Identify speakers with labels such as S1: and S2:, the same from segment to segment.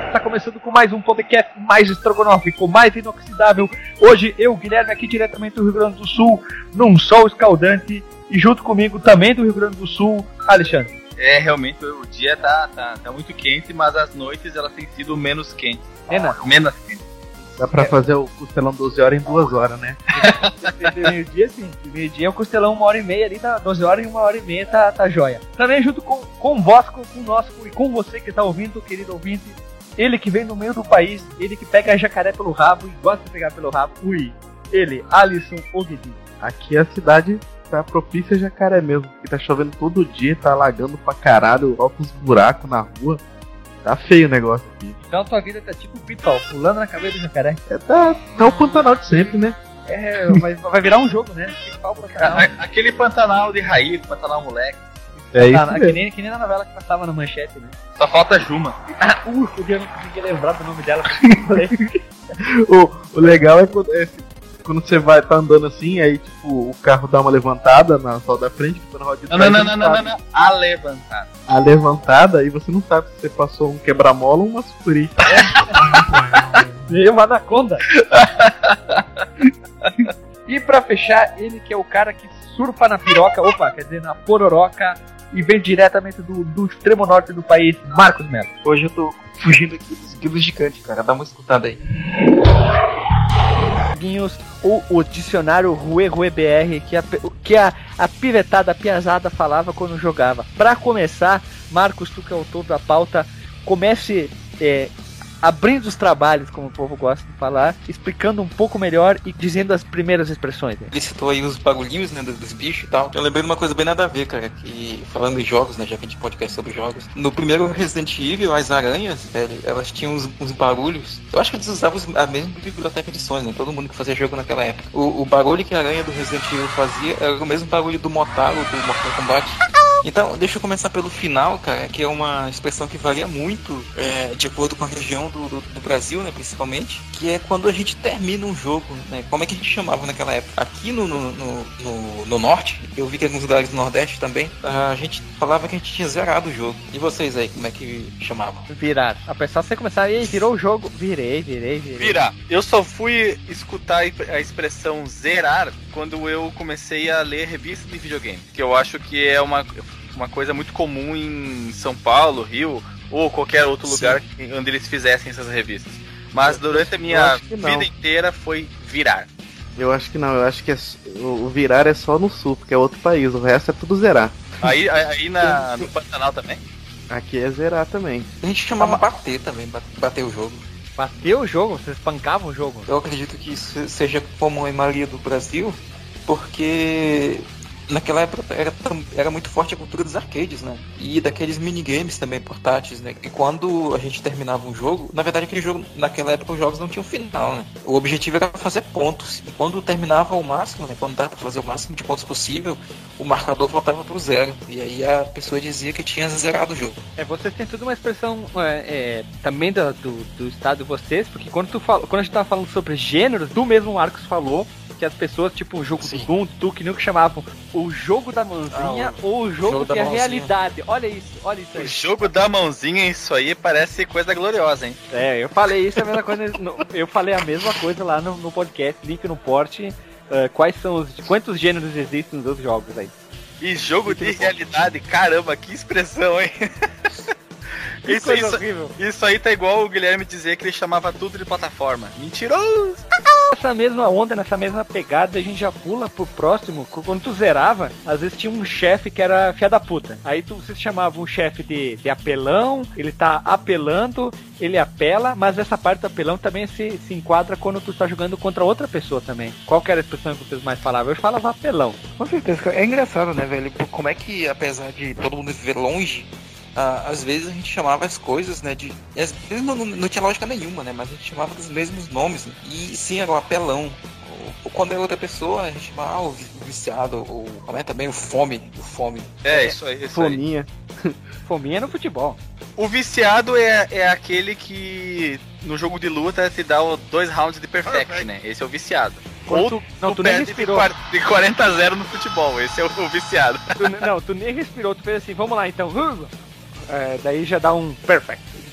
S1: Está começando com mais um podcast mais estrogonófico, mais inoxidável. Hoje eu, Guilherme, aqui diretamente do Rio Grande do Sul, num sol escaldante. E junto comigo, também do Rio Grande do Sul, Alexandre.
S2: Realmente o dia tá muito quente, mas as noites elas têm sido menos quentes.
S1: Menos
S2: quentes.
S3: Dá pra fazer o costelão 12 horas em 2 horas, né?
S1: De meio-dia, sim. De meio-dia é o costelão 1h30 ali, tá 12 horas e 1h30 tá joia. Também junto com vós, com o nosso e com você que tá ouvindo, querido ouvinte. Ele que vem no meio do país, ele que pega a jacaré pelo rabo e gosta de pegar pelo rabo. Ele, Alisson Ogidi.
S3: Aqui a cidade tá propícia a jacaré mesmo, porque tá chovendo todo dia, tá alagando pra caralho, altos buracos na rua. Tá feio o negócio aqui.
S1: Então tua vida tá tipo pitol, pulando na cabeça do jacaré.
S3: Tá o Pantanal de sempre, né?
S1: Vai virar um jogo, né?
S2: Aquele Pantanal de raiz, Pantanal moleque.
S3: É isso mesmo.
S1: Que nem na novela que passava na manchete, né?
S2: Só falta Juma.
S1: Eu não conseguia lembrar do nome dela.
S3: O legal é quando você tá andando assim, aí tipo, o carro dá uma levantada na sala da frente, que tá na roda de trás.
S2: Não. A levantada.
S3: A levantada, aí você não sabe se você passou um quebra-mola ou uma sucuri.
S1: E uma anaconda. E pra fechar, ele que é o cara que surfa na piroca, na pororoca, e vem diretamente do extremo norte do país, Marcos Melo.
S4: Hoje eu tô fugindo aqui dos guilos gigantes, cara. Dá uma escutada aí.
S1: O dicionário Rue BR que a pivetada, a piazada falava quando jogava. Pra começar, Marcos, tu que é o autor da pauta, comece abrindo os trabalhos, como o povo gosta de falar, explicando um pouco melhor e dizendo as primeiras expressões.
S4: Ele citou aí os bagulhinhos, né, dos bichos e tal. Eu lembrei de uma coisa bem nada a ver, cara, que falando em jogos, né, já que a gente podcast sobre jogos. No primeiro Resident Evil, as aranhas, velho, elas tinham uns barulhos. Eu acho que eles usavam a mesma biblioteca de sons, né, todo mundo que fazia jogo naquela época. O barulho que a aranha do Resident Evil fazia era o mesmo barulho do Motaro, do Mortal Kombat. Então, deixa eu começar pelo final, cara, que é uma expressão que varia muito de acordo com a região do Brasil, né, principalmente, que é quando a gente termina um jogo, né, como é que a gente chamava naquela época. Aqui no norte, eu vi que em alguns lugares do nordeste também, a gente falava que a gente tinha zerado o jogo. E vocês aí, como é que chamavam?
S1: Virar. A pessoa você começar, e virou o jogo, virei.
S2: Virar. Eu só fui escutar a expressão zerar quando eu comecei a ler revistas de videogame, que eu acho que é uma coisa muito comum em São Paulo, Rio ou qualquer outro lugar onde eles fizessem essas revistas. Mas durante a minha vida inteira foi virar.
S3: Eu acho que não, eu acho que o virar é só no sul, porque é outro país, o resto é tudo zerar.
S2: Aí no Pantanal também?
S3: Aqui é zerar também.
S4: A gente chamava bater também, bater o jogo.
S1: Bater o jogo? Vocês pancavam o jogo?
S4: Eu acredito que isso seja como a maioria do Brasil, porque naquela época era muito forte a cultura dos arcades, né? E daqueles minigames também portáteis, né? E quando a gente terminava um jogo, na verdade aquele jogo, naquela época os jogos não tinham final, né? O objetivo era fazer pontos. E quando terminava o máximo, né? Quando dava pra fazer o máximo de pontos possível, o marcador voltava pro zero. E aí a pessoa dizia que tinha zerado o jogo.
S1: Vocês têm tudo uma expressão também do estado de vocês, porque quando a gente tava falando sobre gêneros, tu mesmo, Marcos, falou que as pessoas, tipo o jogo do Doom, do Duke Nukem, chamavam o jogo da mãozinha ou o jogo que é a realidade. Olha isso aí.
S2: O jogo da mãozinha, isso aí parece coisa gloriosa, hein?
S1: Eu falei isso, a mesma coisa. Eu falei a mesma coisa lá no podcast, link no porte. Quantos gêneros existem nos jogos aí?
S2: E jogo de realidade, caramba, que expressão, hein? Isso aí tá igual o Guilherme dizer que ele chamava tudo de plataforma. Mentiroso!
S1: Nessa mesma onda, nessa mesma pegada, a gente já pula pro próximo. Quando tu zerava, às vezes tinha um chefe que era fia da puta. Aí vocês chamavam o chefe de apelão, ele tá apelando, ele apela, mas essa parte do apelão também se enquadra quando tu tá jogando contra outra pessoa também. Qual que era a expressão que vocês mais falavam? Eu falava apelão.
S4: Com certeza, é engraçado, né, velho? Como é que, apesar de todo mundo viver longe, às vezes a gente chamava as coisas, né, às vezes não tinha lógica nenhuma, né, mas a gente chamava dos mesmos nomes, né? E sim, era o apelão. Ou quando era outra pessoa, a gente chamava o viciado, ou também o fome.
S2: Isso aí.
S1: Fominha. Fominha no futebol.
S2: O viciado é aquele que no jogo de luta te dá 2 rounds de perfect, né? Esse é o viciado.
S1: Ou tu nem respirou.
S2: De 40-0 no futebol, esse é o viciado.
S1: Tu nem respirou, tu fez assim, vamos lá então. Daí já dá um perfect.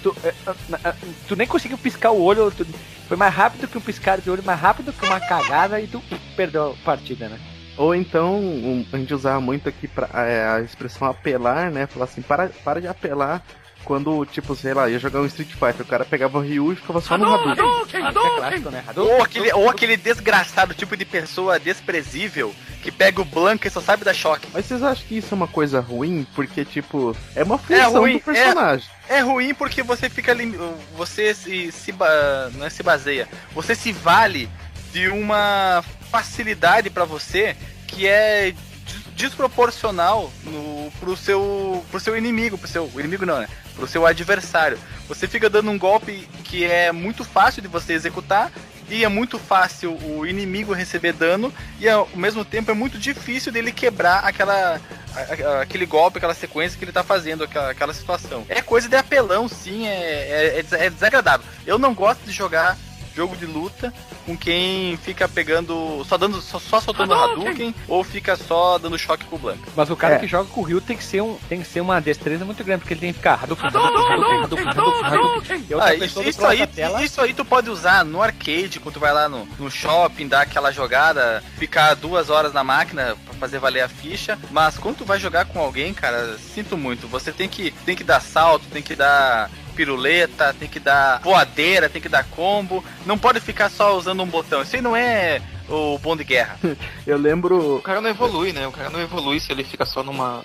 S1: tu nem conseguiu piscar o olho, foi mais rápido que um piscar de olho, mais rápido que uma cagada e tu perdeu a partida, né?
S3: Ou então, a gente usava muito aqui a expressão apelar, né? Falar assim, para de apelar quando, tipo, sei lá, ia jogar um Street Fighter, o cara pegava o Ryu e ficava só no Hadouken.
S1: É clássico, né?
S2: Ou aquele desgraçado tipo de pessoa desprezível que pega o Blanca e só sabe dar choque.
S3: Mas vocês acham que isso é uma coisa ruim? Porque, tipo, é uma função do personagem.
S2: É ruim porque você fica ali, você não se baseia, você se vale de uma facilidade pra você que é desproporcional pro seu inimigo, pro seu adversário. Você fica dando um golpe que é muito fácil de você executar e é muito fácil o inimigo receber dano e ao mesmo tempo é muito difícil dele quebrar aquele golpe, aquela sequência que ele tá fazendo, aquela situação. É coisa de apelão, sim, é desagradável. Eu não gosto de jogar jogo de luta com quem fica pegando, só soltando Hadouken ou fica só dando choque com o Blanca.
S1: Mas o cara que joga com o Ryu tem que ser uma destreza muito grande, porque ele tem que ficar Hadouken.
S2: Isso aí tu pode usar no arcade, quando tu vai lá no shopping, dar aquela jogada, ficar 2 horas na máquina pra fazer valer a ficha, mas quando tu vai jogar com alguém, cara, sinto muito, você tem que dar salto, tem que dar piruleta, tem que dar voadeira, tem que dar combo, não pode ficar só usando um botão, isso aí não é o bom de guerra.
S3: Eu lembro...
S4: O cara não evolui, né? O cara não evolui se ele fica só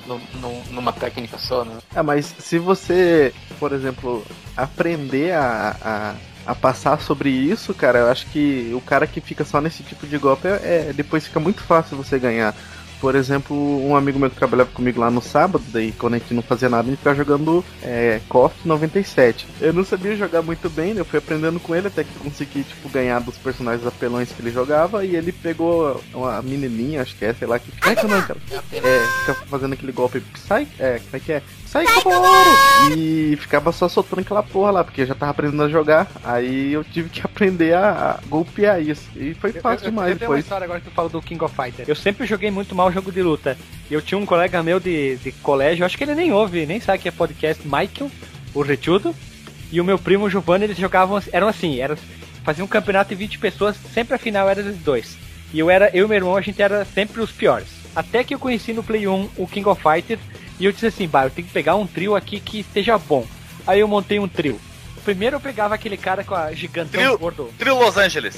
S4: numa técnica só, né?
S3: Mas se você, por exemplo, aprender a passar sobre isso, cara, eu acho que o cara que fica só nesse tipo de golpe depois fica muito fácil você ganhar. Por exemplo, um amigo meu que trabalhava comigo lá no sábado, daí quando a gente não fazia nada, a gente ficava jogando KOF 97. Eu não sabia jogar muito bem, né? Eu fui aprendendo com ele até que consegui, tipo, ganhar dos personagens apelões que ele jogava, e ele pegou uma menininha, acho que sei lá, que fica não, cara. Fica fazendo aquele golpe Psy, como é que é? Psycho! E ficava só soltando aquela porra lá, porque eu já tava aprendendo a jogar, aí eu tive que aprender a golpear isso. E foi fácil demais
S1: depois. Eu tenho uma história agora que tu fala do King of Fighters. Eu sempre joguei muito mal jogo de luta. Eu tinha um colega meu de colégio, acho que ele nem ouve, nem sabe que é podcast, Michael, o Retudo, e o meu primo Giovanni, eles jogavam, faziam um campeonato de 20 pessoas, sempre a final era dos dois. E eu e meu irmão, a gente era sempre os piores. Até que eu conheci no Play 1 o King of Fighters, e eu disse assim, eu tenho que pegar um trio aqui que esteja bom. Aí eu montei um trio. Primeiro eu pegava aquele cara com a gigantão gordo.
S2: Trio Los Angeles.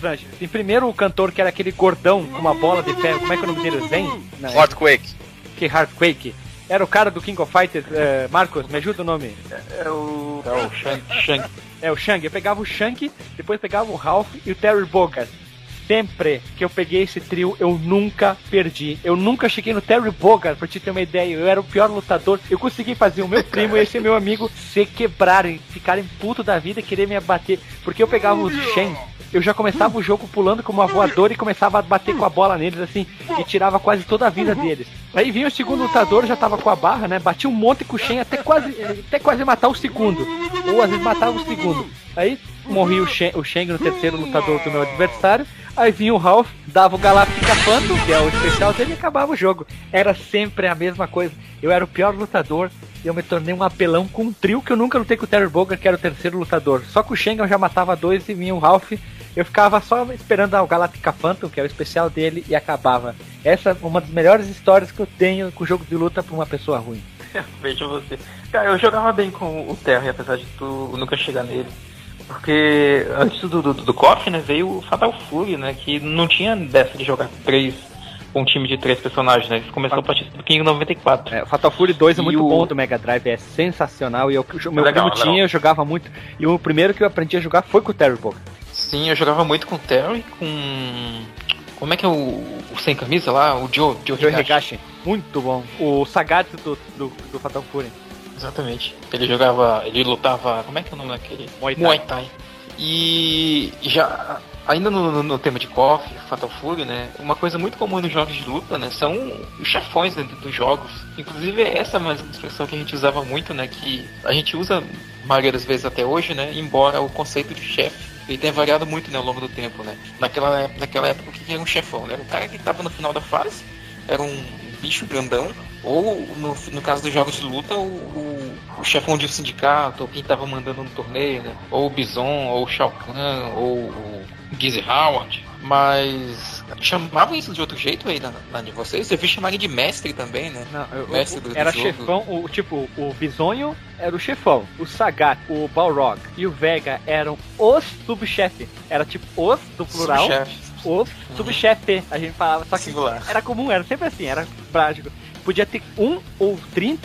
S1: E primeiro o cantor que era aquele gordão com uma bola de ferro. Como é que é o nome dele? Zen?
S2: Heartquake.
S1: Que Heartquake. Era o cara do King of Fighters. Marcos, me ajuda o nome.
S4: É o Shank.
S1: É o Shang. Eu pegava o Shang, depois pegava o Ralph e o Terry Bogard. Sempre que eu peguei esse trio, eu nunca perdi. Eu nunca cheguei no Terry Bogard, pra te ter uma ideia. Eu era o pior lutador. Eu consegui fazer o meu primo e esse meu amigo se quebrarem, ficarem puto da vida e querer me abater. Porque eu pegava o Shen, eu já começava o jogo pulando como uma voadora e começava a bater com a bola neles, assim, e tirava quase toda a vida deles. Aí vinha o segundo lutador, já tava com a barra, né? Batia um monte com o Shen até quase matar o segundo. Ou às vezes matava o segundo. Aí morria o Shang no terceiro lutador do meu adversário. Aí vinha o Ralph, dava o Galactica Phantom, que é o especial dele, e acabava o jogo. Era sempre a mesma coisa. Eu era o pior lutador e eu me tornei um apelão com um trio que eu nunca lutei com o Terry Bogard, que era o terceiro lutador. Só com o Shang eu já matava 2 e vinha o Ralph. Eu ficava só esperando o Galactica Phantom, que é o especial dele, e acabava. Essa é uma das melhores histórias que eu tenho com o jogo de luta pra uma pessoa ruim.
S4: Veja você. Cara, eu jogava bem com o Terry, apesar de tu nunca chegar nele. Porque antes do KOF, né, veio o Fatal Fury, né, que não tinha dessa de jogar com um time de 3 personagens, né, isso começou a partir do King 94.
S1: O Fatal Fury 2 é muito bom do Mega Drive, é sensacional, e o meu primo tinha, eu jogava muito, e o primeiro que eu aprendi a jogar foi com o Terry Bogard.
S4: Sim, eu jogava muito com o Terry, com... Como é que é o sem camisa lá? O Joe
S1: Higashi. Muito bom. O Sagat do Fatal Fury.
S4: Exatamente. Ele lutava, como é que é o nome daquele?
S1: Muay Thai.
S4: E já, ainda no tema de KOF, Fatal Fury, né, uma coisa muito comum nos jogos de luta, né, são os chefões dentro dos jogos. Inclusive essa é uma expressão que a gente usava muito, né, que a gente usa a maioria das vezes até hoje, né, embora o conceito de chefe ele tenha variado muito, né, ao longo do tempo, né. Naquela época o que era um chefão, né? O cara que estava no final da fase era um bicho grandão Ou, no caso dos jogos de luta, o chefão de um sindicato, ou quem tava mandando no torneio, né? Ou o Bison, ou o Shao Kahn, ou o Gizzy Howard. Mas chamavam isso de outro jeito aí na de vocês? Eu vi chamarem de mestre também, né?
S1: Não,
S4: mestre do
S1: era
S4: jogo.
S1: chefão, o Bisonho era o chefão, o Sagat, o Balrog e o Vega eram os subchefes. Era tipo os do plural, os subchefe. A gente falava, só que
S4: singular.
S1: Era comum, era sempre assim, era prático. Podia ter 1 ou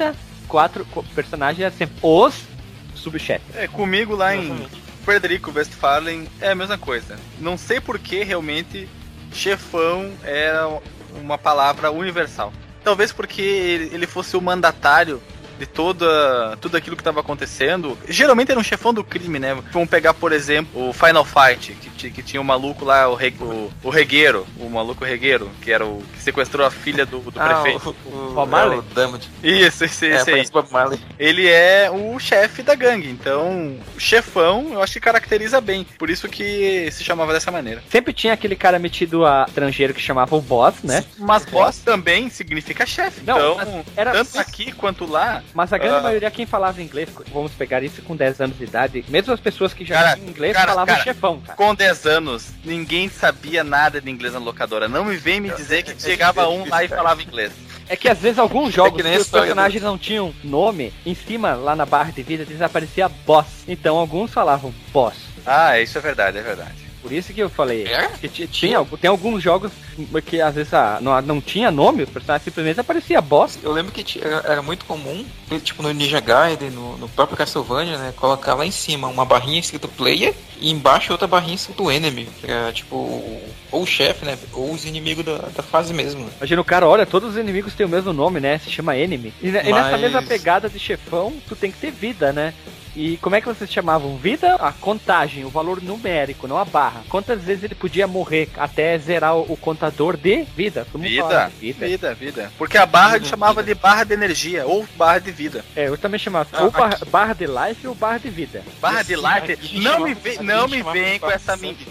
S1: 34 personagens, era sempre os subchefes.
S2: Comigo lá em Frederico Westphalen é a mesma coisa. Não sei por que realmente chefão era uma palavra universal. Talvez porque ele fosse o mandatário de tudo aquilo que estava acontecendo. Geralmente era um chefão do crime, né? Vamos pegar, por exemplo, o Final Fight, que tinha o maluco lá, o regueiro, o maluco regueiro, que era o que sequestrou a filha do prefeito.
S1: O Bob Marley?
S4: O Damage.
S2: Isso, esse aí.
S4: Bob Marley.
S2: Ele é o chefe da gangue, então o chefão eu acho que caracteriza bem, por isso que se chamava dessa maneira.
S1: Sempre tinha aquele cara metido a estrangeiro que chamava o boss, né?
S2: Mas boss também significa chefe,
S1: Não,
S2: então
S1: era
S2: tanto aqui quanto lá.
S1: Mas a grande maioria, quem falava inglês, vamos pegar isso com 10 anos de idade, mesmo as pessoas que já tinham inglês falavam chefão, cara.
S2: Com 10 anos, ninguém sabia nada de inglês na locadora. Não me vem me dizer que chegava um lá e falava inglês.
S1: É que às vezes alguns jogos
S4: que
S1: que os personagens não tinham nome, em cima, lá na barra de vida, desaparecia boss. Então alguns falavam boss.
S2: Ah, isso é verdade, é verdade.
S1: Por isso que eu falei. Que tem alguns jogos que às vezes não tinha nome, o personagem simplesmente aparecia boss.
S4: Eu lembro que era muito comum, tipo no Ninja Gaiden, no próprio Castlevania, né? Colocar lá em cima uma barrinha escrito player e embaixo outra barrinha escrito enemy. Que era tipo, ou o chefe, né? Ou os inimigos da fase mesmo.
S1: Imagina o cara, olha, todos os inimigos têm o mesmo nome, né? Se chama enemy. E nessa mesma pegada de chefão, tu tem que ter vida, né? E como é que vocês chamavam? Vida? A contagem, o valor numérico, não a barra. Quantas vezes ele podia morrer até zerar o contador de vida?
S2: Vida. Porque a barra a gente chamava de barra de energia ou barra de vida.
S1: Eu também chamava ou barra de life ou barra de vida.
S2: Barra de life? Não me vem com essa mentira.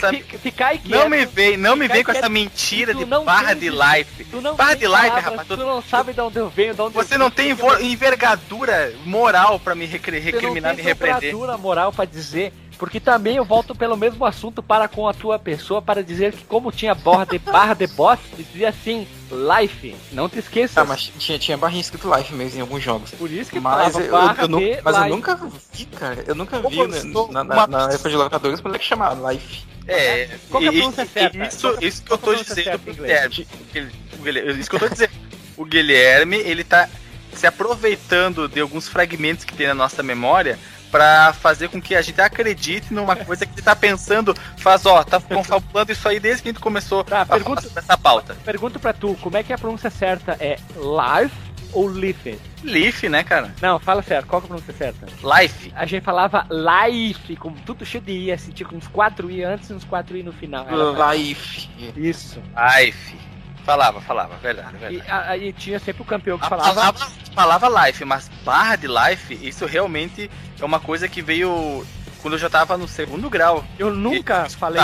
S2: Não me vem com essa mentira de barra de life. Barra de life, rapaz.
S1: Tu não sabe de onde eu venho,
S2: Você não tem envergadura moral pra me recriminar, me repreender.
S1: Envergadura moral pra dizer, porque também eu volto pelo mesmo assunto para com a tua pessoa para dizer que como tinha barra de boss, dizia assim, life, não te esqueça.
S4: Mas tinha barrinha escrito life mesmo em alguns jogos.
S1: Por isso que
S4: mas
S1: eu
S4: nunca vi, cara. Eu nunca vi na época de locadores como é que chamava life.
S1: Qual que é a pronúncia certa?
S2: Isso que eu tô dizendo pro Guilherme. Isso que eu tô dizendo. O Guilherme, ele tá se aproveitando de alguns fragmentos que tem na nossa memória pra fazer com que a gente acredite numa coisa que ele tá pensando, tá confabulando isso aí desde que a gente começou a falar essa pauta.
S1: Pergunto pra tu, como é que a pronúncia certa é life ou life?
S2: Life, né, cara?
S1: Não, fala certo, qual que é a pronúncia certa?
S2: Life.
S1: A gente falava life, com tudo cheio de i, assim, tipo uns 4 i antes e uns 4 i no final.
S4: Life.
S1: Isso.
S2: Life. Falava, verdade.
S1: E aí tinha sempre o campeão que
S2: falava life, mas barra de life, isso realmente é uma coisa que veio quando eu já tava no segundo grau.
S1: Eu nunca falei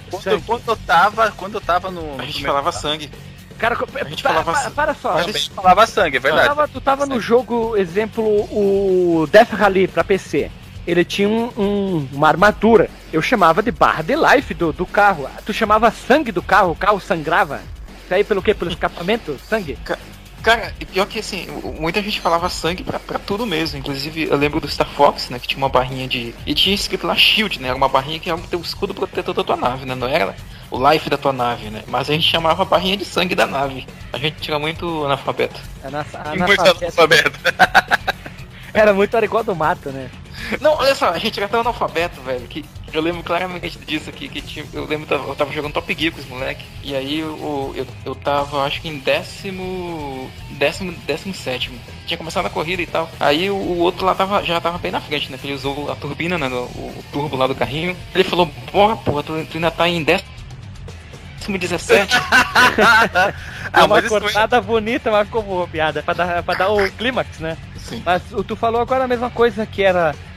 S2: quando eu tava no...
S4: A gente falava sangue.
S1: Cara, para só.
S2: A gente falava sangue, é verdade.
S1: Tu tava no jogo, exemplo, o Death Rally pra PC. Ele tinha uma armadura. Eu chamava de barra de life do carro. Tu chamava sangue do carro, o carro sangrava. Isso aí pelo quê? Pelo escapamento? Sangue?
S4: Cara, e pior que assim, muita gente falava sangue pra tudo mesmo. Inclusive, eu lembro do Star Fox, né? Que tinha uma barrinha de... E tinha escrito lá Shield, né? Era uma barrinha que era o teu escudo protetor da tua nave, né? Não era o life da tua nave, né? Mas a gente chamava a barrinha de sangue da nave. A gente era muito analfabeto.
S2: Muito analfabeto.
S1: Era muito igual do mato, né?
S4: Não, olha só, a gente era tão analfabeto, velho, que eu lembro claramente disso aqui, eu lembro que eu tava jogando Top Gear com os moleque, e aí eu tava, acho que em 17º, tinha começado a corrida e tal, aí o outro lá já tava bem na frente, né, que ele usou a turbina, né, o turbo lá do carrinho, ele falou, porra, tu ainda tá em 17.
S1: Uma cortada bonita, mas ficou boa piada, pra dar o clímax, né?
S4: Sim.
S1: Mas tu falou agora a mesma coisa, que era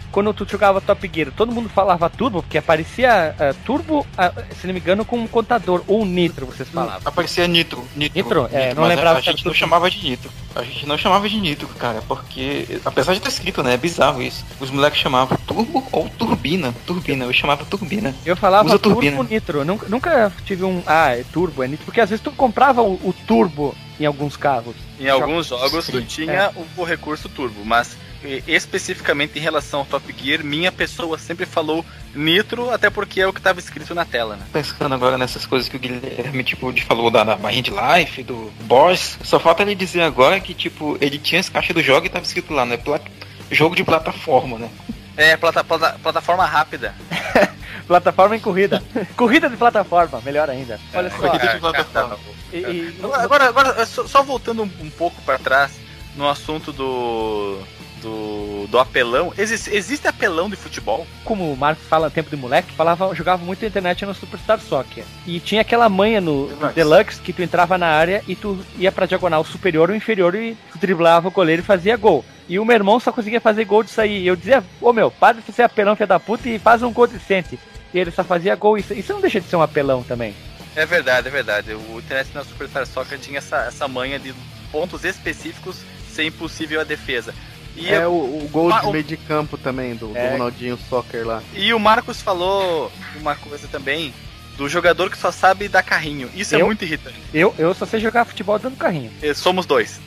S1: quando tu jogava Top Gear, todo mundo falava turbo, porque aparecia turbo, se não me engano, com um contador, ou nitro, vocês falavam.
S4: Aparecia nitro?
S1: Nitro? Não
S4: mas
S1: lembrava.
S4: A gente não chamava de nitro. A gente não chamava de nitro, cara, porque, apesar de ter escrito, né, é bizarro isso. Os moleques chamavam turbo ou turbina. Turbina, eu chamava turbina.
S1: Eu falava
S4: Usa
S1: turbo
S4: turbina.
S1: nitro. Nunca tive é turbo, é nitro, porque às vezes tu comprava o turbo em alguns carros.
S2: Em alguns jogos tu tinha o recurso turbo, mas especificamente em relação ao Top Gear, minha pessoa sempre falou nitro, até porque é o que estava escrito na tela, né?
S4: Pensando agora nessas coisas que o Guilherme, tipo, falou da barrinha de life, do boss, só falta ele dizer agora que, tipo, ele tinha as caixas do jogo e tava escrito lá, né? Jogo de plataforma, né?
S2: Plataforma rápida.
S1: Plataforma em corrida. Corrida de plataforma, melhor ainda. Olha só.
S4: Corrida de plataforma.
S2: Agora só voltando um pouco para trás no assunto do apelão. Existe apelão de futebol?
S1: Como o Marcos fala tempo de moleque, jogava muito na internet no Superstar Soccer. E tinha aquela manha no Deluxe que tu entrava na área e tu ia pra diagonal superior ou inferior e tu driblava o goleiro e fazia gol. E o meu irmão só conseguia fazer gol disso aí. E eu dizia, meu, para de ser apelão, filho da puta, e faz um gol decente. E ele só fazia gol. Isso não deixa de ser um apelão também.
S2: É verdade. O Internet na Superstar Soccer tinha essa manha de pontos específicos ser impossível a defesa. E
S3: o gol de meio de campo também, do Ronaldinho Soccer lá.
S2: E o Marcos falou uma coisa também, do jogador que só sabe dar carrinho. Isso é muito irritante.
S1: Eu só sei jogar futebol dando carrinho.
S2: Somos dois.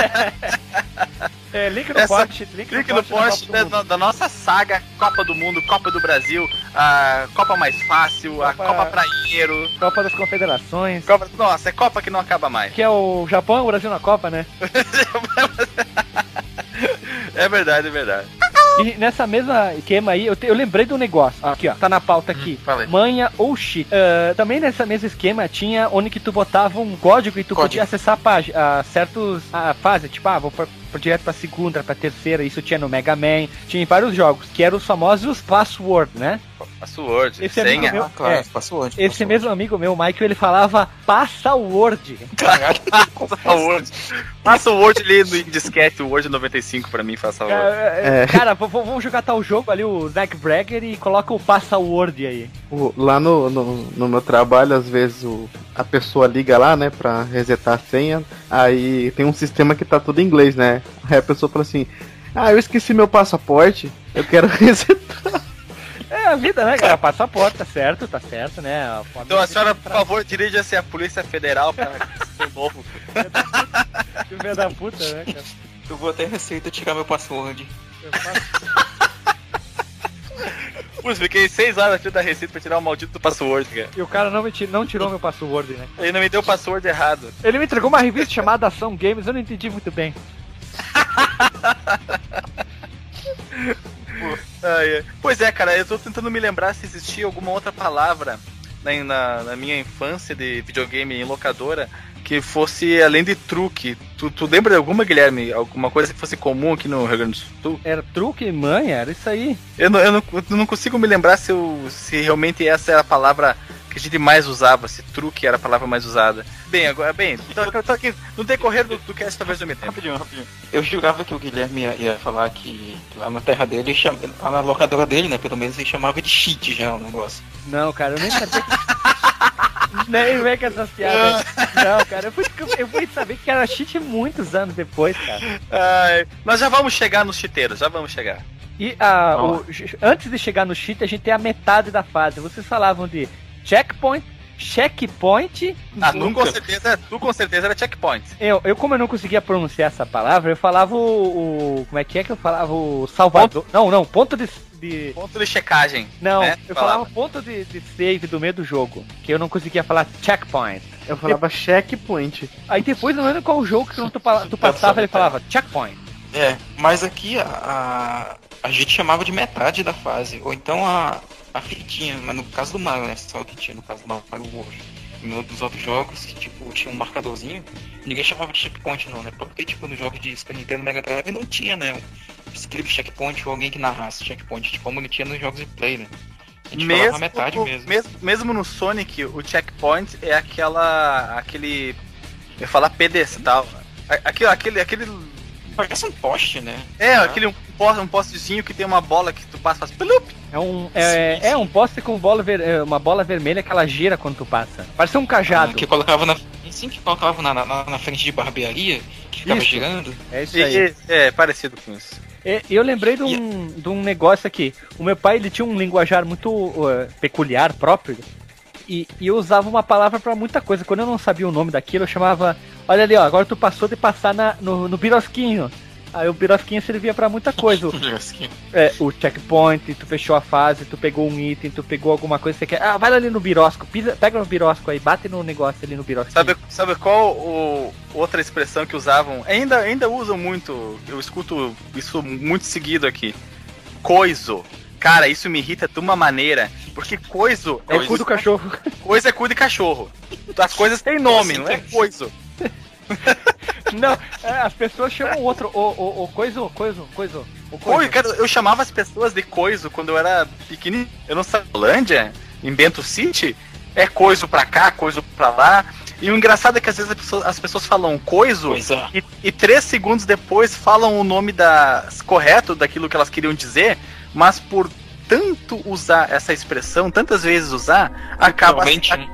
S1: Link no post.
S2: Link no post da nossa saga Copa do Mundo, Copa do Brasil, a Copa Mais Fácil, a Copa Praieiro,
S1: Copa das Confederações.
S2: Nossa, é Copa que não acaba mais.
S1: Que é o Japão e o Brasil na Copa, né?
S2: É verdade.
S1: E nessa mesma esquema aí, eu lembrei do negócio. Aqui, ó, tá na pauta aqui. Manha ou cheat. Também nessa mesma esquema tinha onde que tu botava um código e tu podia acessar certos fases. Tipo, vou direto pra segunda, pra terceira. Isso tinha no Mega Man. Tinha em vários jogos, que eram os famosos password, né?
S2: Password,
S1: senha.
S2: Meu,
S4: password.
S1: Esse mesmo amigo meu, Michael, ele falava password.
S2: Caralho, password ali no disquete, o Word 95 pra mim, faz favor.
S1: Cara, vamos jogar tal jogo ali, o Zack Bragger, e coloca o password aí.
S3: Lá no meu trabalho, às vezes a pessoa liga lá, né, pra resetar a senha, aí tem um sistema que tá tudo em inglês, né? Aí a pessoa fala assim, eu esqueci meu passaporte, eu quero resetar.
S1: É a vida, né, cara? Passaporte, tá certo, né?
S2: Então a senhora, por favor, dirija-se à Polícia Federal pra ser novo.
S1: Que filho da puta, né, cara?
S4: Eu vou até Receita tirar meu password.
S2: Putz, fiquei 6 horas aqui da Receita pra tirar o maldito do password, cara.
S1: E o cara não tirou meu password, né?
S2: Ele não me deu o password errado.
S1: Ele me entregou uma revista chamada Ação Games, eu não entendi muito bem.
S2: Pois é, cara, eu tô tentando me lembrar se existia alguma outra palavra na minha infância de videogame em locadora que fosse além de truque. Tu lembra de alguma, Guilherme? Alguma coisa que fosse comum aqui no Rio Grande do Sul?
S1: Era truque, manha, era isso aí.
S2: Eu não consigo me lembrar se realmente essa era a palavra que a gente mais usava, se truque era a palavra mais usada. Tô aqui no decorrer do cast, talvez eu me tempo.
S4: Rapidinho. Eu jurava que o Guilherme ia falar que lá na terra dele, lá na locadora dele, né, pelo menos ele chamava de cheat já o negócio.
S1: Não, cara, eu nem sabia que... nem vem com essas piadas. Não, cara, eu fui saber que era cheat muitos anos depois, cara.
S2: Nós já vamos chegar nos cheateiros,
S1: E antes de chegar no cheat, a gente tem a metade da fase. Vocês falavam de checkpoint.
S2: Tu com certeza era checkpoint.
S1: Eu como eu não conseguia pronunciar essa palavra, eu falava como é que eu falava? O salvador. Não, ponto de
S2: ponto de checagem.
S1: Não, né? Eu falava ponto de save do meio do jogo, que eu não conseguia falar checkpoint.
S3: Eu falava checkpoint.
S1: Aí depois, não lembro qual jogo que tu passava, ele falava checkpoint.
S4: Mas aqui a gente chamava de metade da fase, ou então a fitinha, mas no caso do Mario, né? Só que tinha no caso do Mario World. Nos outros jogos, que tipo, tinha um marcadorzinho, ninguém chamava de checkpoint não, né? Porque tipo, nos jogos de Super Nintendo Mega Drive não tinha, né? Um script checkpoint ou alguém que narrasse checkpoint, tipo, como não tinha nos jogos de play, né? A gente falava metade mesmo.
S2: Mesmo no Sonic, o checkpoint é aquele... Eu ia falar pedestal. Aquele
S4: parece um poste, né?
S2: Aquele um postezinho que tem uma bola que tu passa, faz plup.
S1: É um poste com uma bola vermelha que ela gira quando tu passa. Parece um cajado.
S4: Que colocava na frente de barbearia, que ficava girando.
S1: É isso aí.
S2: É parecido com isso.
S1: Eu lembrei de um negócio aqui. O meu pai, ele tinha um linguajar muito peculiar, próprio. E eu usava uma palavra pra muita coisa. Quando eu não sabia o nome daquilo, eu chamava... Olha ali, ó, agora tu passou de passar no birosquinho. Aí o birosquinho servia pra muita coisa. O checkpoint, tu fechou a fase, tu pegou um item, tu pegou alguma coisa que você quer. Vai ali no birosco, pega no birosco aí, bate no negócio ali no birosquinho.
S2: Sabe qual outra expressão que usavam? Ainda usam muito, eu escuto isso muito seguido aqui. Coiso. Cara, isso me irrita de uma maneira, porque coiso...
S1: É cu do cachorro.
S2: Coisa é cu de cachorro. As coisas têm nome, não é coiso.
S1: Não, as pessoas chamam o outro, o coiso.
S2: Cara, eu chamava as pessoas de coiso quando eu era pequenininho. Eu não sabia, Holândia, em Bento City, é coiso pra cá, coiso pra lá. E o engraçado é que às vezes as pessoas falam coiso e 3 segundos depois falam o nome correto daquilo que elas queriam dizer, mas por tanto usar essa expressão, tantas vezes usar, acaba...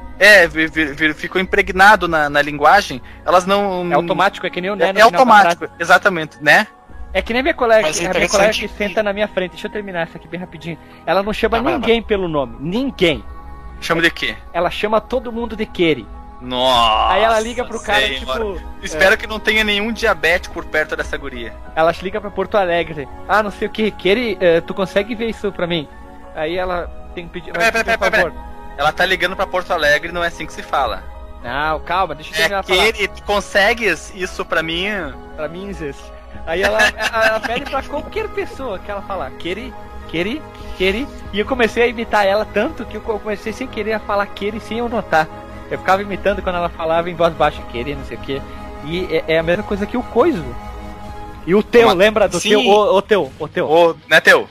S2: ficou impregnado na linguagem. Elas não...
S1: É automático, é que nem o Né.
S2: É automático, exatamente, né?
S1: É que nem a minha colega que senta na minha frente. Deixa eu terminar isso aqui bem rapidinho. Ela não chama ninguém pelo nome. Ninguém.
S2: Chama de quê?
S1: Ela chama todo mundo de Keri.
S2: Nossa.
S1: Aí ela liga pro cara,
S2: Espero que não tenha nenhum diabético por perto dessa guria.
S1: Ela liga pra Porto Alegre. Não sei o que. Keri, tu consegue ver isso pra mim? Aí ela tem que pedir...
S2: Pera. Ela tá ligando pra Porto Alegre, não é assim que se fala.
S1: Não, calma, deixa eu terminar falar.
S2: Keri, tu consegues isso pra mim?
S1: Pra mim, Zé. Aí ela pede pra qualquer pessoa que ela falar Keri. E eu comecei a imitar ela tanto que eu comecei sem querer a falar Keri sem eu notar. Eu ficava imitando quando ela falava em voz baixa, Keri, não sei o que. E é a mesma coisa que o coiso. E o teu, lembra do teu? O teu.
S2: Não é teu.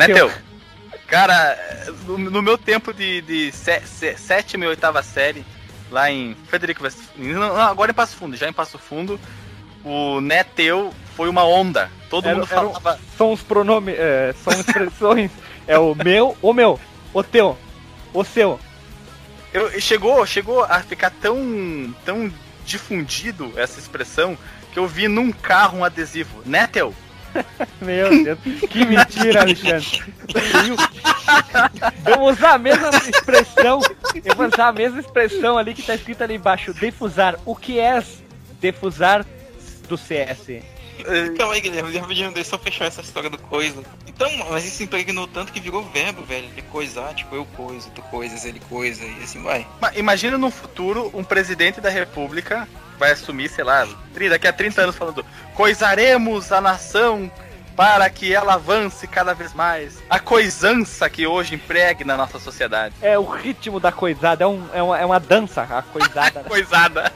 S2: Cara, no meu tempo de 7ª e 8ª série, lá em Frederico agora em Passo Fundo, já em Passo Fundo, o Neteu foi uma onda. Todo mundo falava...
S1: São os pronomes, são expressões, é o meu, o teu, o seu.
S2: Chegou a ficar tão difundido essa expressão que eu vi num carro um adesivo, Neteu.
S1: Meu Deus, que mentira, Alexandre. Vamos usar a mesma expressão. Eu vou usar a mesma expressão ali que tá escrito ali embaixo. Defusar. O que é defusar do CS?
S4: Calma aí, Guilherme, deixa eu só fechar essa história do coisa. Então, mas isso impregnou tanto que virou verbo, velho. De coisar, tipo, eu coiso, tu coisas, ele coisa, e assim vai.
S2: Mas imagina no futuro um presidente da república vai assumir, sei lá, daqui a 30 anos falando: coisaremos a nação para que ela avance cada vez mais. A coisança que hoje impregna na nossa sociedade.
S1: É o ritmo da coisada, é uma dança, a coisada.
S2: Coisada.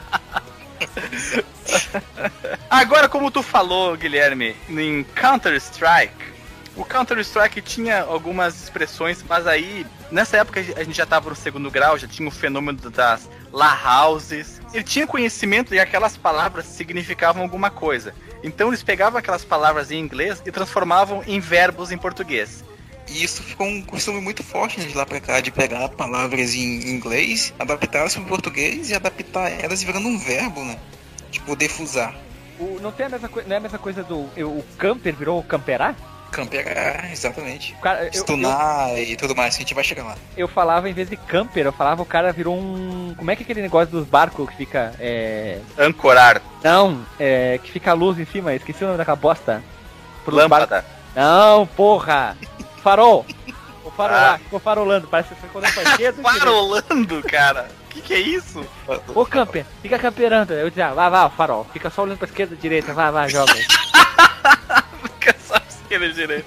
S2: Agora, como tu falou, Guilherme, em Counter-Strike, o Counter-Strike tinha algumas expressões, mas aí, nessa época a gente já estava no 2º grau, já tinha o fenômeno das La Houses. Ele tinha conhecimento de que aquelas palavras significavam alguma coisa. Então eles pegavam aquelas palavras em inglês e transformavam em verbos em português.
S4: E isso ficou um costume muito forte, né, de lá pra cá, de pegar palavras em inglês, adaptá-las pro português e adaptar elas virando um verbo, né? Tipo, defusar.
S1: Não é a mesma coisa do... O camper virou camperar?
S4: Camperar, exatamente.
S1: Cara,
S4: stunar e tudo mais, a gente vai chegar lá.
S1: Eu falava, em vez de camper, eu falava o cara virou um... Como é que é aquele negócio dos barcos que fica...
S2: Ancorar.
S1: Não, que fica a luz em cima, esqueci o nome daquela bosta.
S2: Lâmpada.
S1: Não, porra! Farol! O farol lá, ficou farolando, parece que você ficou olhando pra esquerda.
S2: Farolando, cara? Que é isso?
S1: Ô camper, fica camperando. Eu dizia, vai, farol, fica só olhando pra esquerda e direita, vai, joga.
S2: Fica só pra esquerda e direita.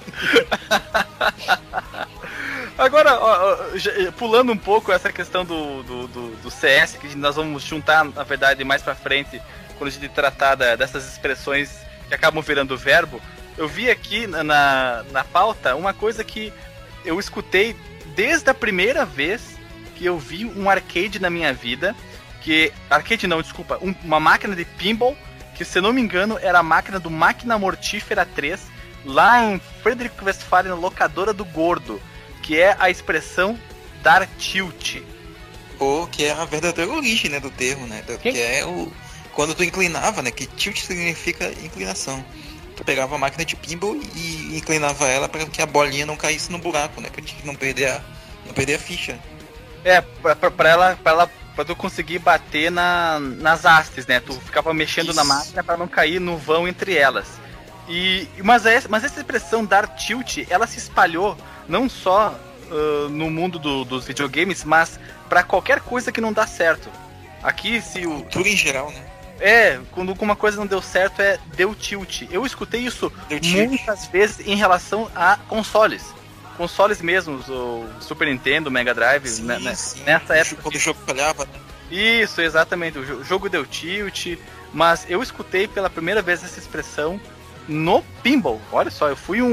S2: Agora, pulando um pouco essa questão do CS, que nós vamos juntar, na verdade, mais pra frente, quando a gente tratar dessas expressões que acabam virando verbo. Eu vi aqui na pauta uma coisa que eu escutei desde a primeira vez que eu vi um arcade na minha vida. Uma máquina de pinball, que se não me engano era a máquina do Máquina Mortífera 3, lá em Frederick Westphalen, locadora do gordo, que é a expressão dar tilt.
S4: Ou que é a verdadeira origem, né, do termo, né? Que é o... Quando tu inclinava, né? Que tilt significa inclinação. Tu pegava a máquina de pinball e inclinava ela para que a bolinha não caísse no buraco, né? Pra gente não perder a ficha.
S2: Pra tu conseguir bater nas hastes, né? Tu ficava mexendo na máquina para não cair no vão entre elas. Mas essa expressão dar tilt, ela se espalhou não só no mundo dos videogames, mas para qualquer coisa que não dá certo. Aqui, se o...
S4: Tudo em geral, né?
S2: Quando uma coisa não deu certo, deu tilt. Eu escutei isso muitas vezes em relação a consoles. Consoles mesmos, o Super Nintendo, o Mega Drive,
S4: sim.
S2: Nessa época.
S4: Quando o jogo falhava, né?
S2: Isso, exatamente. O jogo deu tilt, mas eu escutei pela primeira vez essa expressão no pinball. Olha só, eu fui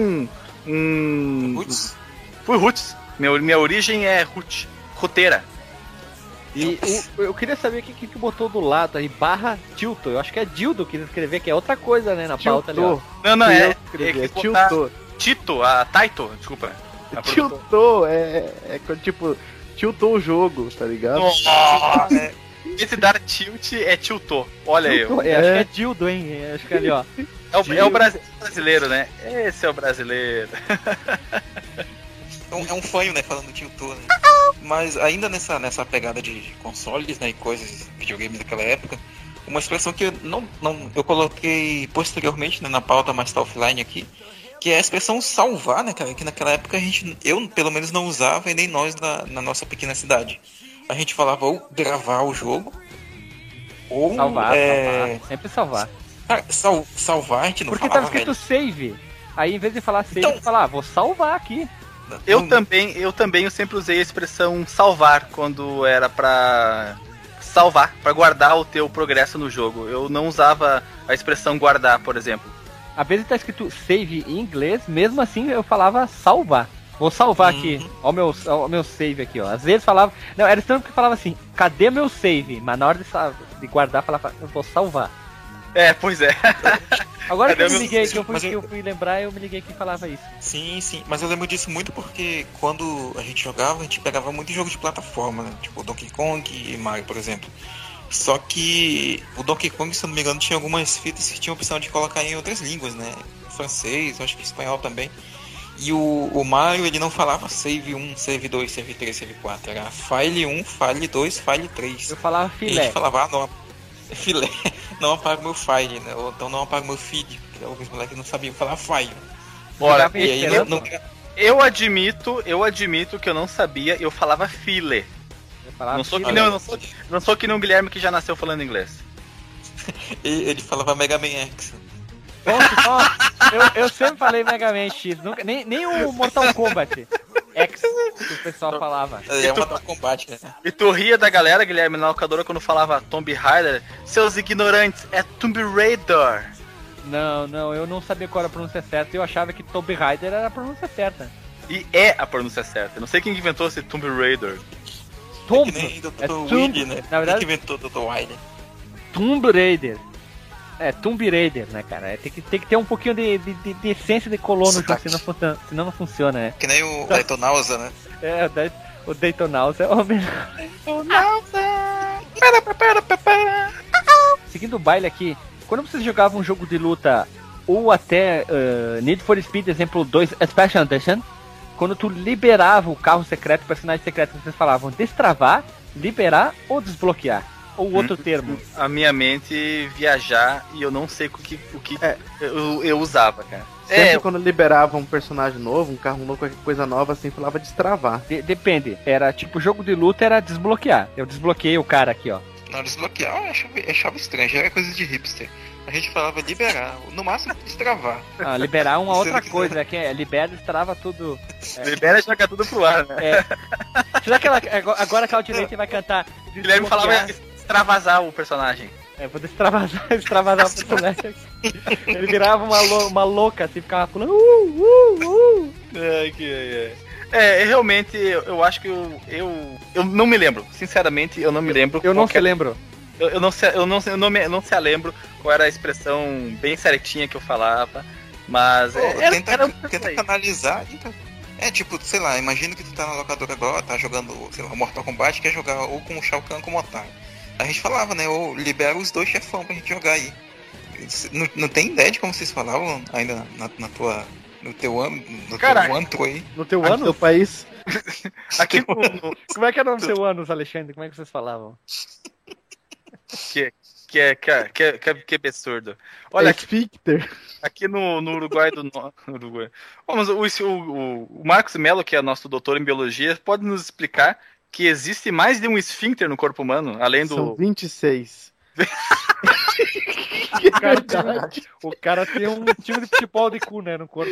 S4: Roots?
S2: Fui Roots. Minha origem é roteira.
S1: E eu queria saber o que botou do lado aí, barra Tilto. Eu acho que é Dildo que escrever, que é outra coisa, né, na pauta ali, ó.
S2: Não, é
S3: Tiltou.
S2: Taito, desculpa.
S3: Tiltou, quando, tipo, tiltou o jogo, tá ligado?
S2: Esse dar tilt é tiltou. Olha aí.
S1: Acho que é Dildo, hein? Acho que é ali, ó.
S2: É o brasileiro, né? Esse é o brasileiro.
S4: É um fanho, né, falando tiltou, né? Mas ainda nessa pegada de consoles, né, e coisas, videogames daquela época, uma expressão que eu coloquei posteriormente, né, na pauta, mas tá offline aqui, que é a expressão salvar, né, cara, que naquela época eu pelo menos não usava, e nem nós na nossa pequena cidade. A gente falava ou gravar o jogo, ou...
S1: Salvar. Sempre salvar.
S4: Cara, salvar a gente não
S1: porque
S4: falava,
S1: tá escrito
S4: velho.
S1: save. Aí em vez de falar save,
S4: Então,
S1: você fala, vou salvar aqui.
S2: Eu também sempre usei a expressão salvar quando era pra salvar, pra guardar o teu progresso no jogo. Eu não usava a expressão guardar, por exemplo.
S1: Às vezes tá escrito save em inglês, mesmo assim eu falava salvar. Vou salvar aqui, ó o meu save aqui, ó. Às vezes falava, não, era estranho porque falava assim, cadê meu save? Mas na hora de guardar, falava, eu vou salvar.
S2: Pois é.
S1: Agora que eu me liguei, que eu fui lembrar, eu me liguei que falava isso.
S4: Sim, mas eu lembro disso muito porque quando a gente jogava, a gente pegava muito jogo de plataforma, né? Tipo Donkey Kong e Mario, por exemplo. Só que o Donkey Kong, se eu não me engano, tinha algumas fitas que tinham a opção de colocar em outras línguas, né? Francês, acho que espanhol também. E o Mario, ele não falava save 1, save 2, save 3, save 4. Era file 1, file 2, file 3.
S1: Eu falava filé.
S4: E a gente falava, não, filé, não apaga meu file, né? Ou então não apaga meu feed, porque alguns moleques não sabiam falar file.
S2: Bora,
S4: e aí
S2: eu admito que eu não sabia, eu falava file. Não sou que nem o Guilherme que já nasceu falando inglês.
S4: Ele falava Mega Man X.
S1: Eu sempre falei Mega Man X, nunca, nem o Mortal Kombat X que o pessoal falava.
S4: É o Mortal Kombat, né?
S2: E tu ria da galera, Guilherme, na locadora quando falava Tomb Raider, seus ignorantes, é Tomb Raider.
S1: Não, eu não sabia qual era a pronúncia certa, eu achava que Tomb Raider era a pronúncia certa.
S2: E é a pronúncia certa, não sei quem inventou esse Tomb Raider.
S4: Tomb, é que nem Dr. Willy, né?
S1: Na verdade,
S4: quem inventou Dr. Wiley?
S1: Tomb Raider. Tomb Raider, né, cara? Tem que ter um pouquinho de essência de colono junto, senão não funciona, né?
S4: Que nem o Daytonausa, né?
S1: O Daytonausa é o melhor. Seguindo o baile aqui, quando vocês jogavam um jogo de luta ou até Need for Speed, exemplo 2, Special Edition, quando tu liberava o carro secreto, o personagem secreto, vocês falavam destravar, liberar ou desbloquear? Ou outro termo?
S2: A minha mente viajar e eu não sei o que eu usava, cara.
S3: Sempre quando liberava um personagem novo, um carro novo, qualquer coisa nova, assim, falava destravar.
S1: Depende. Era tipo, jogo de luta era desbloquear. Eu desbloqueei o cara aqui, ó.
S4: Não, desbloquear eu achava estranho, já era coisa de hipster. A gente falava liberar, no máximo destravar.
S1: Liberar uma outra coisa, né? Que libera, destrava tudo.
S2: Libera e joga tudo pro ar, né?
S1: Será que agora a Claudinete vai cantar?
S2: Guilherme falava extravasar o personagem.
S1: Vou extravasar o personagem. Ele virava uma louca, assim, ficava pulando.
S2: Realmente, eu acho que eu não me lembro. Sinceramente, eu não me lembro.
S1: Eu não se lembro.
S2: Eu não se lembro qual era a expressão bem certinha que eu falava. Mas
S4: tenta canalizar. Tipo, sei lá, imagina que tu tá na locadora agora, tá jogando, sei lá, Mortal Kombat, quer jogar ou com o Shao Kahn como otário. A gente falava, né, ou libera os 2 chefão pra gente jogar aí. Não tem ideia de como vocês falavam ainda no teu antro aí?
S3: No teu ano? No teu país?
S1: Aqui Como é que era o seu anos, Alexandre? Como é que vocês falavam?
S2: Que absurdo. Olha, aqui no Uruguai do Uruguai. Mas o Marcos Melo, que é nosso doutor em biologia, pode nos explicar que existe mais de um esfíncter no corpo humano, além do...
S3: São 26.
S1: O cara tem um time de futebol de cu, né, no corpo.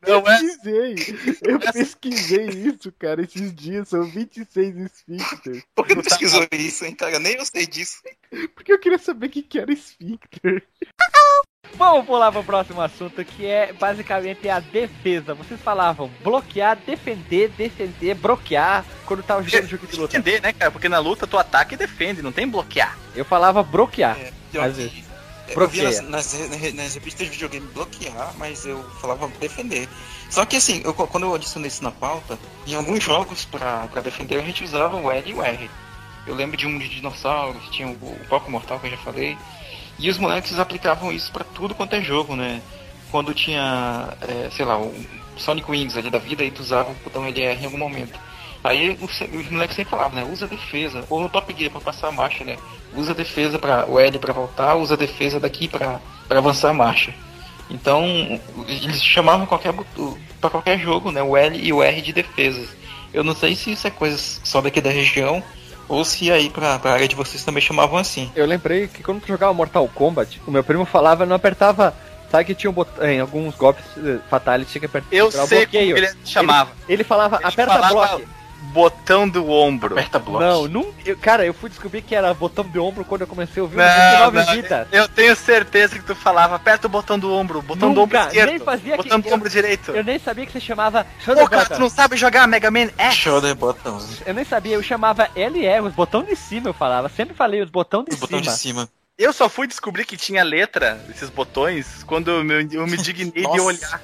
S3: Eu pesquisei isso, cara, esses dias. São 26 esfíncter.
S4: Por que pesquisou isso, hein, cara? Nem eu sei disso.
S3: Porque eu queria saber o que era esfíncter.
S1: Vamos pular para o próximo assunto, que é basicamente a defesa. Vocês falavam bloquear, defender, bloquear, quando tava jogando jogo de luta.
S2: Defender, né, cara? Porque na luta tu ataca e defende, não tem bloquear.
S1: Eu falava bloquear.
S4: Às vezes. Eu vi nas revistas de videogame bloquear, mas eu falava defender. Só que assim, quando eu adicionei isso na pauta, em alguns jogos pra defender a gente usava o L e o R. Eu lembro de um de dinossauros, tinha o Foco Mortal que eu já falei. E os moleques aplicavam isso pra tudo quanto é jogo, né? Quando tinha, sei lá, o Sonic Wings ali da vida, aí tu usava o botão LR em algum momento. Aí os moleques sempre falavam, né? Usa a defesa. Ou no Top Gear pra passar a marcha, né? Usa a defesa o L pra voltar, usa a defesa daqui pra avançar a marcha. Então, eles chamavam pra qualquer jogo, né? O L e o R de defesas. Eu não sei se isso é coisa só daqui da região, ou se aí pra área de vocês também chamavam assim.
S1: Eu lembrei que quando tu jogava Mortal Kombat, o meu primo falava, não apertava... Sabe que tinha em alguns golpes fatality tinha que apertar.
S2: Eu sei como ele chamava.
S1: Ele falava, aperta bloco.
S2: Botão do ombro.
S1: Aperta bloco. Cara, eu fui descobrir que era botão do ombro quando eu comecei a ouvir o 19 Vidas.
S2: Eu tenho certeza que tu falava, aperta o botão do ombro, botão do ombro esquerdo,
S1: nem fazia
S2: botão do ombro direito.
S1: Eu nem sabia que você chamava
S2: Shoulder Button. Tu não sabe jogar Mega Man X?
S4: Shoulder Button.
S1: Eu nem sabia, eu chamava LR, os botões de cima eu falava. Sempre falei os botões de cima.
S2: Eu só fui descobrir que tinha letra, esses botões, quando eu me dignei de olhar.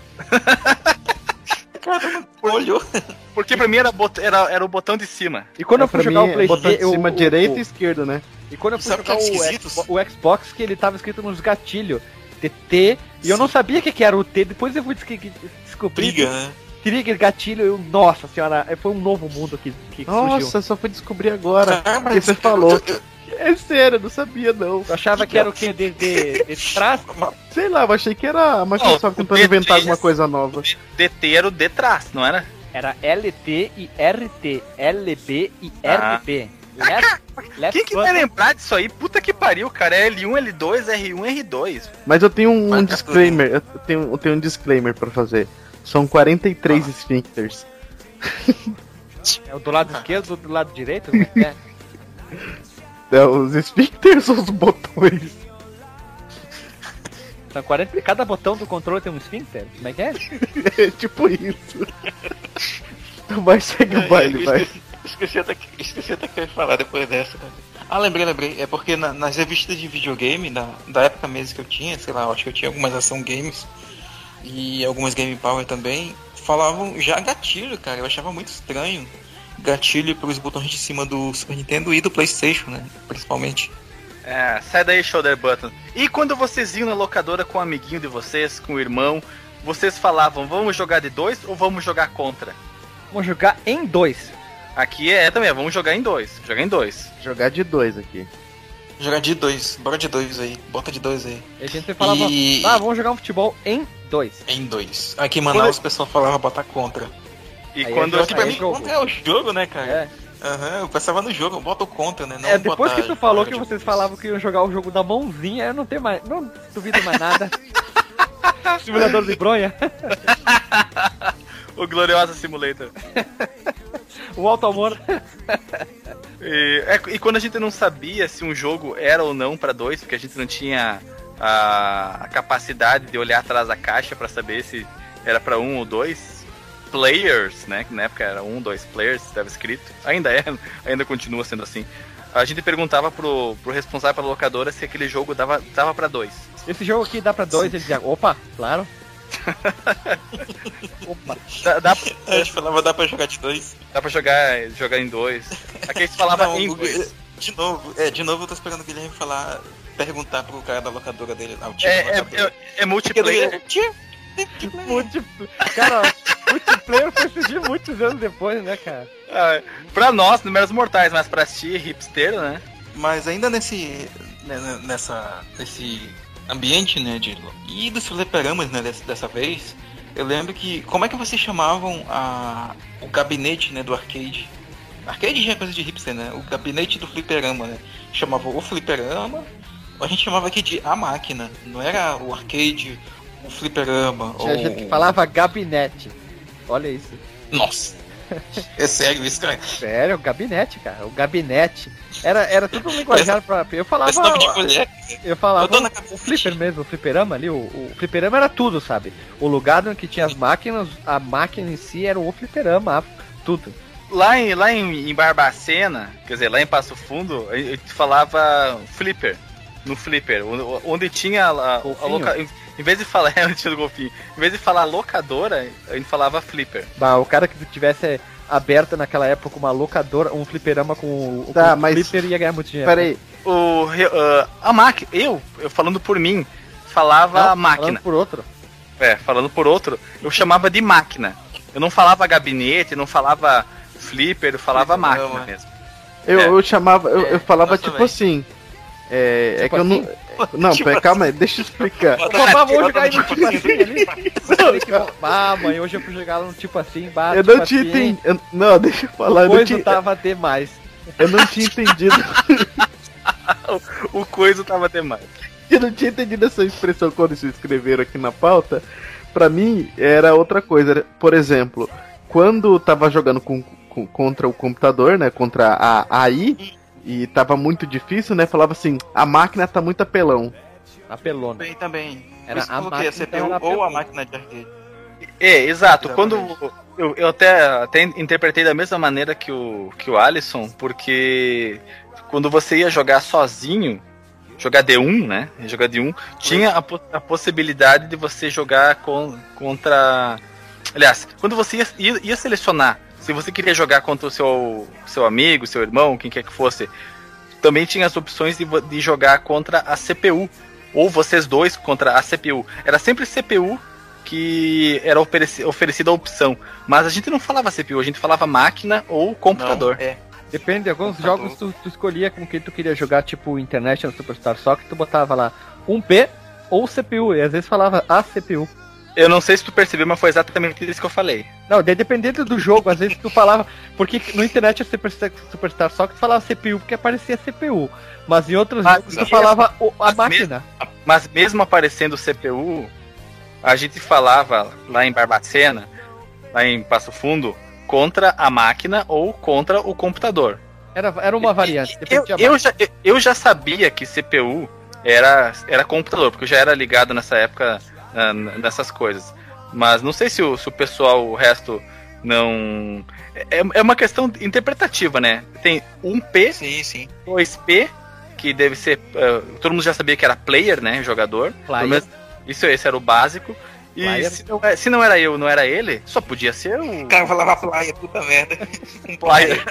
S4: Cara, olhou.
S2: Porque pra mim era o botão de cima.
S1: E quando eu fui jogar o PlayStation...
S3: Botão de cima, direita e esquerda, né?
S1: E quando eu fui jogar o Xbox, que ele tava escrito nos gatilhos, TT, e eu não sabia o que era o T, depois eu fui descobrir.
S4: Trigger, né?
S1: Trigger, gatilho, nossa senhora, foi um novo mundo que surgiu.
S3: Nossa, só fui descobrir agora, porque você falou. É sério, eu não sabia não.
S1: Eu achava que era o que? De trás?
S3: Sei lá, eu achei que era a Microsoft tentando inventar alguma coisa nova.
S2: DT era o de trás, não era?
S1: Era LT e RT, LB e RB.
S2: Quem que vai lembrar disso aí? Puta que pariu, cara. É L1, L2, R1, R2.
S3: Mas eu tenho um disclaimer. Eu tenho um disclaimer pra fazer. São 43 esfíncters.
S1: É o do lado esquerdo ou do lado direito? Como é?
S3: Os esfíncters ou os botões?
S1: São 40. Cada botão do controle tem um esfíncter? Como é que é?
S3: É tipo isso. Então vai, segue o baile, vai.
S4: Esqueci até que eu ia falar depois dessa. Ah, lembrei. É porque nas revistas de videogame, da época mesmo que eu tinha, sei lá, acho que eu tinha algumas ação games e algumas Game Power também, falavam já gatilho, cara. Eu achava muito estranho. Gatilho pros botões de cima do Super Nintendo e do PlayStation, né? Principalmente.
S2: Sai daí, Shoulder Button. E quando vocês iam na locadora com um amiguinho de vocês, com o irmão, vocês falavam, vamos jogar de 2 ou vamos jogar contra?
S1: Vamos jogar em 2.
S2: Aqui também, vamos jogar em 2. Jogar em 2.
S3: Jogar de 2 aqui.
S4: Jogar de 2, bora de 2 aí, bota de 2 aí.
S1: E a gente falava, vamos jogar um futebol em 2.
S4: Em 2. Aqui em Manaus o pessoal falava botar contra.
S2: E aí quando
S4: aqui pra mim contra é o jogo, né, cara? Eu pensava no jogo, bota o contra, né? Não
S1: depois que tu falou que vocês falavam que iam jogar o jogo da mãozinha, eu não duvido mais nada. Simulador de bronha.
S2: O Gloriosa Simulator.
S1: O Alto Amor.
S2: E quando a gente não sabia se um jogo era ou não pra 2, porque a gente não tinha a capacidade de olhar atrás da caixa pra saber se era pra 1 ou 2 players, né? Que na época era 1, 2 players, estava escrito. Ainda continua sendo assim. A gente perguntava pro responsável pela locadora se aquele jogo dava pra 2.
S1: Esse jogo aqui dá pra 2, ele dizia, opa, claro. Opa.
S4: A gente falava dá pra jogar de 2.
S2: Dá pra jogar em 2. Aqui a gente falava
S4: Não,
S2: em 2.
S4: De novo eu tô esperando o Guilherme perguntar pro cara da locadora dele.
S2: É multiplayer.
S1: Cara, multiplayer foi surgir muitos anos depois, né, cara?
S2: Pra nós, números mortais, mas pra ti, hipster, né?
S4: Mas ainda nesse ambiente, né, e dos fliperamas, né, dessa vez, eu lembro que, como é que vocês chamavam o gabinete, né, do arcade? Arcade já é coisa de hipster, né? O gabinete do fliperama, né? Chamava o fliperama, a gente chamava aqui de a máquina, não era o arcade, o fliperama.
S1: Tinha gente que falava gabinete. Olha isso.
S4: Nossa. É sério isso, cara?
S1: Sério, o gabinete, cara. O gabinete. Era tudo um linguajar próprio. Eu falava.
S4: Esse nome de mulher.
S1: Eu falava o flipper mesmo, o fliperama ali. O fliperama era tudo, sabe? O lugar onde tinha as máquinas, a máquina em si era o fliperama, tudo.
S2: Lá em Barbacena, quer dizer, lá em Passo Fundo, a gente falava flipper. No flipper, onde tinha em vez de falar antes do golfinho, em vez de falar locadora, a gente falava flipper.
S1: O cara que tivesse aberto naquela época uma locadora, um fliperama com o flipper ia ganhar muito dinheiro.
S3: Peraí.
S2: A máquina, eu falando por mim, falava máquina.
S1: Falando por outro.
S2: Falando por outro, eu chamava de máquina. Eu não falava gabinete, não falava flipper, eu falava máquina mesmo.
S3: Eu chamava, eu falava tipo assim.
S1: Tipo
S3: que eu não. Não, calma aí, deixa eu explicar.
S1: Vamos jogar aí no tipo assim ali. Mãe, hoje eu fui jogar no tipo assim,
S3: eu não tinha entendido. Não, deixa eu falar.
S1: O coisa tava demais.
S3: Eu não tinha entendido.
S2: O coisa tava demais.
S3: Eu não tinha entendido essa expressão quando se escreveram aqui na pauta. Pra mim, era outra coisa. Por exemplo, quando tava jogando contra o computador, né? Contra a AI. E tava muito difícil, né? Falava assim, a máquina tá muito apelão.
S1: Apelona.
S4: Também.
S1: Era a
S4: máquina, a CPU ou a máquina de arcade.
S2: Exato. Exatamente. Quando eu até interpretei da mesma maneira que o Alisson, porque quando você ia jogar sozinho, jogar D1, né? Jogar D1, tinha a possibilidade de você jogar contra... Aliás, quando você ia selecionar se você queria jogar contra o seu amigo, seu irmão, quem quer que fosse, também tinha as opções de jogar contra a CPU. Ou vocês dois contra a CPU. Era sempre CPU que era oferecida a opção. Mas a gente não falava CPU, a gente falava máquina ou computador.
S4: Não,
S1: Depende, alguns jogos tu escolhia com quem tu queria jogar, tipo International Superstar Soccer, tu botava lá 1P ou CPU, e às vezes falava a CPU.
S2: Eu não sei se tu percebeu, mas foi exatamente isso que eu falei.
S1: Não, dependendo do jogo, às vezes tu falava... Porque no internet Superstar Soccer tu falava CPU porque aparecia CPU. Mas em outros jogos tu falava a máquina.
S2: Mas mesmo aparecendo CPU, a gente falava lá em Barbacena, lá em Passo Fundo, contra a máquina ou contra o computador.
S1: Era uma variante.
S2: Eu já sabia que CPU era computador, porque eu já era ligado nessa época... nessas coisas, mas não sei se o pessoal, o resto não... É uma questão interpretativa, né? Tem 1P,
S4: sim.
S2: 2P, que deve ser, todo mundo já sabia que era player, né, jogador, esse era o básico, e se não era eu, não era ele, só podia ser o
S4: cara falava player, puta merda.
S2: Um player.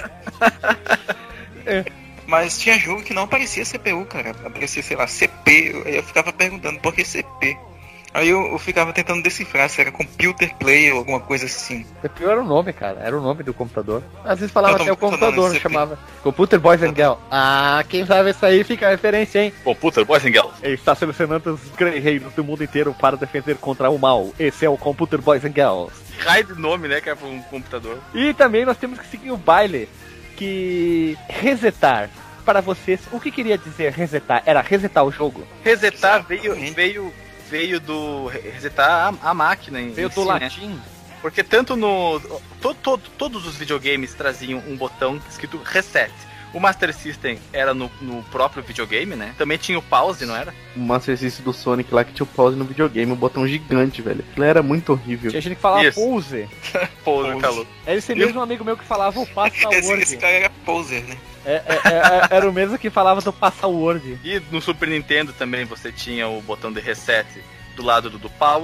S4: Mas tinha jogo que não aparecia CPU, cara, aparecia, sei lá, CP, eu ficava perguntando por que CP. Aí eu ficava tentando decifrar se era computer play ou alguma coisa assim.
S1: CPU era o nome, cara. Era o nome do computador. Às vezes falava até o computador, chamava Computer Boys and Girls. Quem sabe isso aí fica a referência, hein?
S2: Computer Boys and Girls.
S1: Ele está selecionando os reinos do mundo inteiro para defender contra o mal. Esse é o Computer Boys and Girls.
S2: Raio de nome, né, que é para um computador.
S1: E também nós temos que seguir o baile, que resetar. Para vocês, o que queria dizer resetar? Era resetar o jogo?
S2: Resetar veio do resetar a máquina
S1: veio do latim, né?
S2: Porque tanto todos os videogames traziam um botão escrito reset. O Master System era no próprio videogame, né? Também tinha o pause, não era?
S3: O Master System do Sonic lá que tinha o pause no videogame, um botão gigante, velho. Aquilo era muito horrível.
S1: Tinha gente que falava pose.
S2: Pose, calor.
S1: Era esse mesmo amigo meu que falava o password.
S4: Esse cara era poser, né?
S1: Era o mesmo que falava do password.
S2: E no Super Nintendo também você tinha o botão de reset do lado do power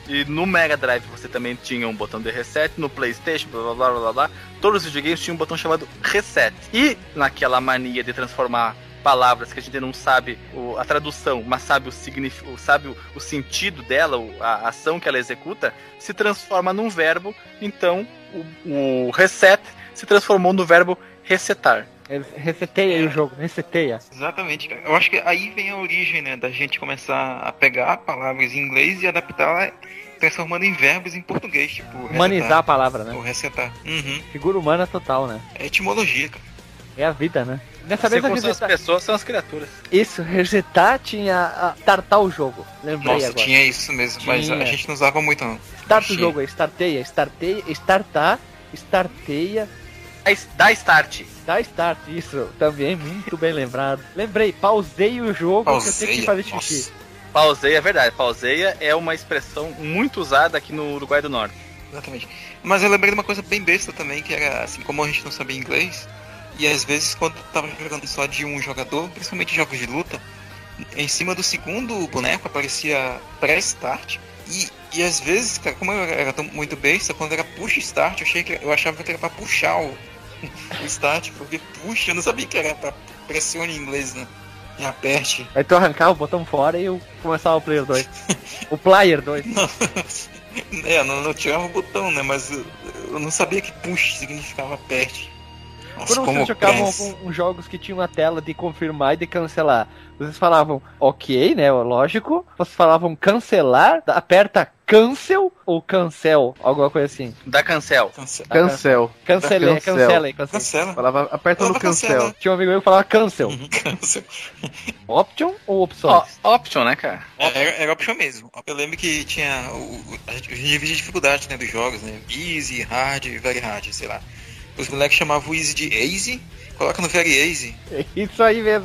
S2: E no Mega Drive você também tinha um botão de reset, no PlayStation, blá blá blá blá blá. Todos os videogames tinham um botão chamado reset. E naquela mania de transformar palavras que a gente não sabe a tradução, mas sabe o sentido dela, a ação que ela executa, se transforma num verbo. Então o reset se transformou no verbo resetar.
S1: Reseteia o jogo, reseteia.
S4: Exatamente, cara. Eu acho que aí vem a origem, né, da gente começar a pegar palavras em inglês e adaptar, transformando em verbos em português, tipo
S1: Humanizar
S4: resetar,
S1: a palavra, né?
S4: ou resetar.
S1: Figura humana total, né?
S4: É etimologia, cara.
S1: É a vida, né? Nessa
S2: Assim
S1: vez
S2: como são as pessoas, são as criaturas.
S1: Isso, resetar tinha startar o jogo. Lembrei
S4: Nossa,
S1: agora.
S4: tinha isso mesmo, mas a gente não usava muito, não.
S1: Start o
S4: Achei.
S1: jogo aí, startar, starteia,
S2: Dá start.
S1: dá start, isso, também muito bem lembrado. Lembrei, pausei o jogo que eu tenho que fazer xixi.
S4: Nossa.
S2: Pauseia é verdade. Pauseia é uma expressão muito usada aqui no Uruguai do Norte.
S4: Exatamente. Mas eu lembrei de uma coisa bem besta também, que era assim, como a gente não sabia inglês, e às vezes quando tava jogando só de um jogador, principalmente jogos de luta, em cima do segundo boneco aparecia pré-start, e às vezes, cara, como eu era muito besta, quando era push start, eu achava que era pra puxar o start, porque puxa, eu não sabia que era pra pressione em inglês, né? E aperte.
S1: Aí tu arrancar o botão fora e eu começar o player 2. O player 2.
S4: Não tirava o botão, né? Mas eu não sabia que push significava aperte. Nossa,
S1: Quando
S4: como
S1: vocês jogavam
S4: cresce.
S1: com jogos que tinham a tela de confirmar e de cancelar, vocês falavam ok, né? Lógico. Vocês falavam cancelar, aperta cancel ou cancel, alguma coisa assim.
S2: Dá cancel.
S3: Cancel.
S1: Cancela.
S4: Cancela.
S3: Falava, aperta no
S4: Falava
S3: cancel.
S4: cancela.
S1: Tinha um amigo meu que falava cancel.
S4: Cancel.
S1: Option ou opções?
S2: Option, né, cara?
S4: Era option mesmo. Eu lembro que tinha os níveis de dificuldade, né, dos jogos, né? Easy, hard, very hard, sei lá. Os moleques chamavam o easy de easy, coloca no very easy.
S1: Isso aí mesmo.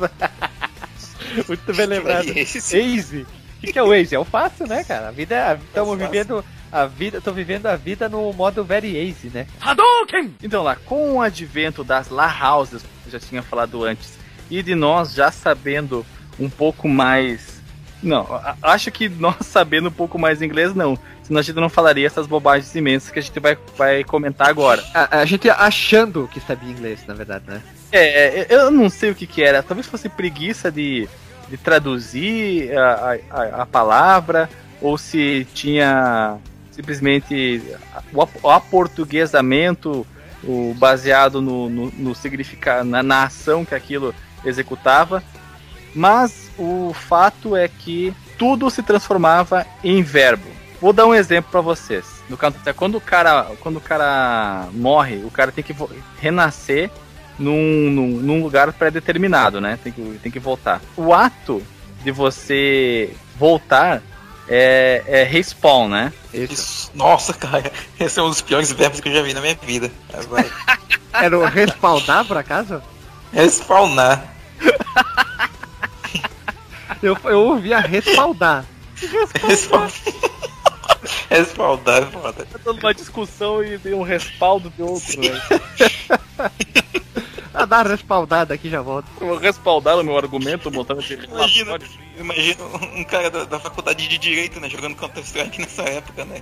S1: Muito bem lembrado. Easy. O que é o easy? É o fácil, né, cara? A vida estamos vivendo a vida, tô vivendo a vida no modo very easy, né?
S2: Hadouken! Então lá, com o advento das La Houses, eu já tinha falado antes, e de nós já sabendo um pouco mais... Não, acho que nós sabendo um pouco mais inglês, não. Senão a gente não falaria essas bobagens imensas que a gente vai comentar agora.
S1: A gente achando que sabia inglês, na verdade, né?
S2: Eu não sei o que era. Talvez fosse preguiça de traduzir a palavra, ou se tinha simplesmente o aportuguesamento baseado no significado, na ação que aquilo executava. Mas o fato é que tudo se transformava em verbo. Vou dar um exemplo para vocês. No Counter-Strike, quando o cara morre, o cara tem que renascer num lugar pré-determinado, né? Tem que voltar. O ato de você voltar é respawn, né?
S4: Isso. Nossa, cara, esse é um dos piores verbos que eu já vi na minha vida.
S1: Era o respaldar, por acaso?
S4: Respawnar.
S1: Eu ouvia respaldar.
S4: Respaldar é foda.
S2: Tá dando uma discussão e tem um respaldo de outro, né?
S1: Dá uma respaldada aqui, já volto.
S2: Eu vou respaldar o meu argumento, botando esse
S4: Imagina um cara da faculdade de Direito, né, jogando Counter-Strike nessa época, né?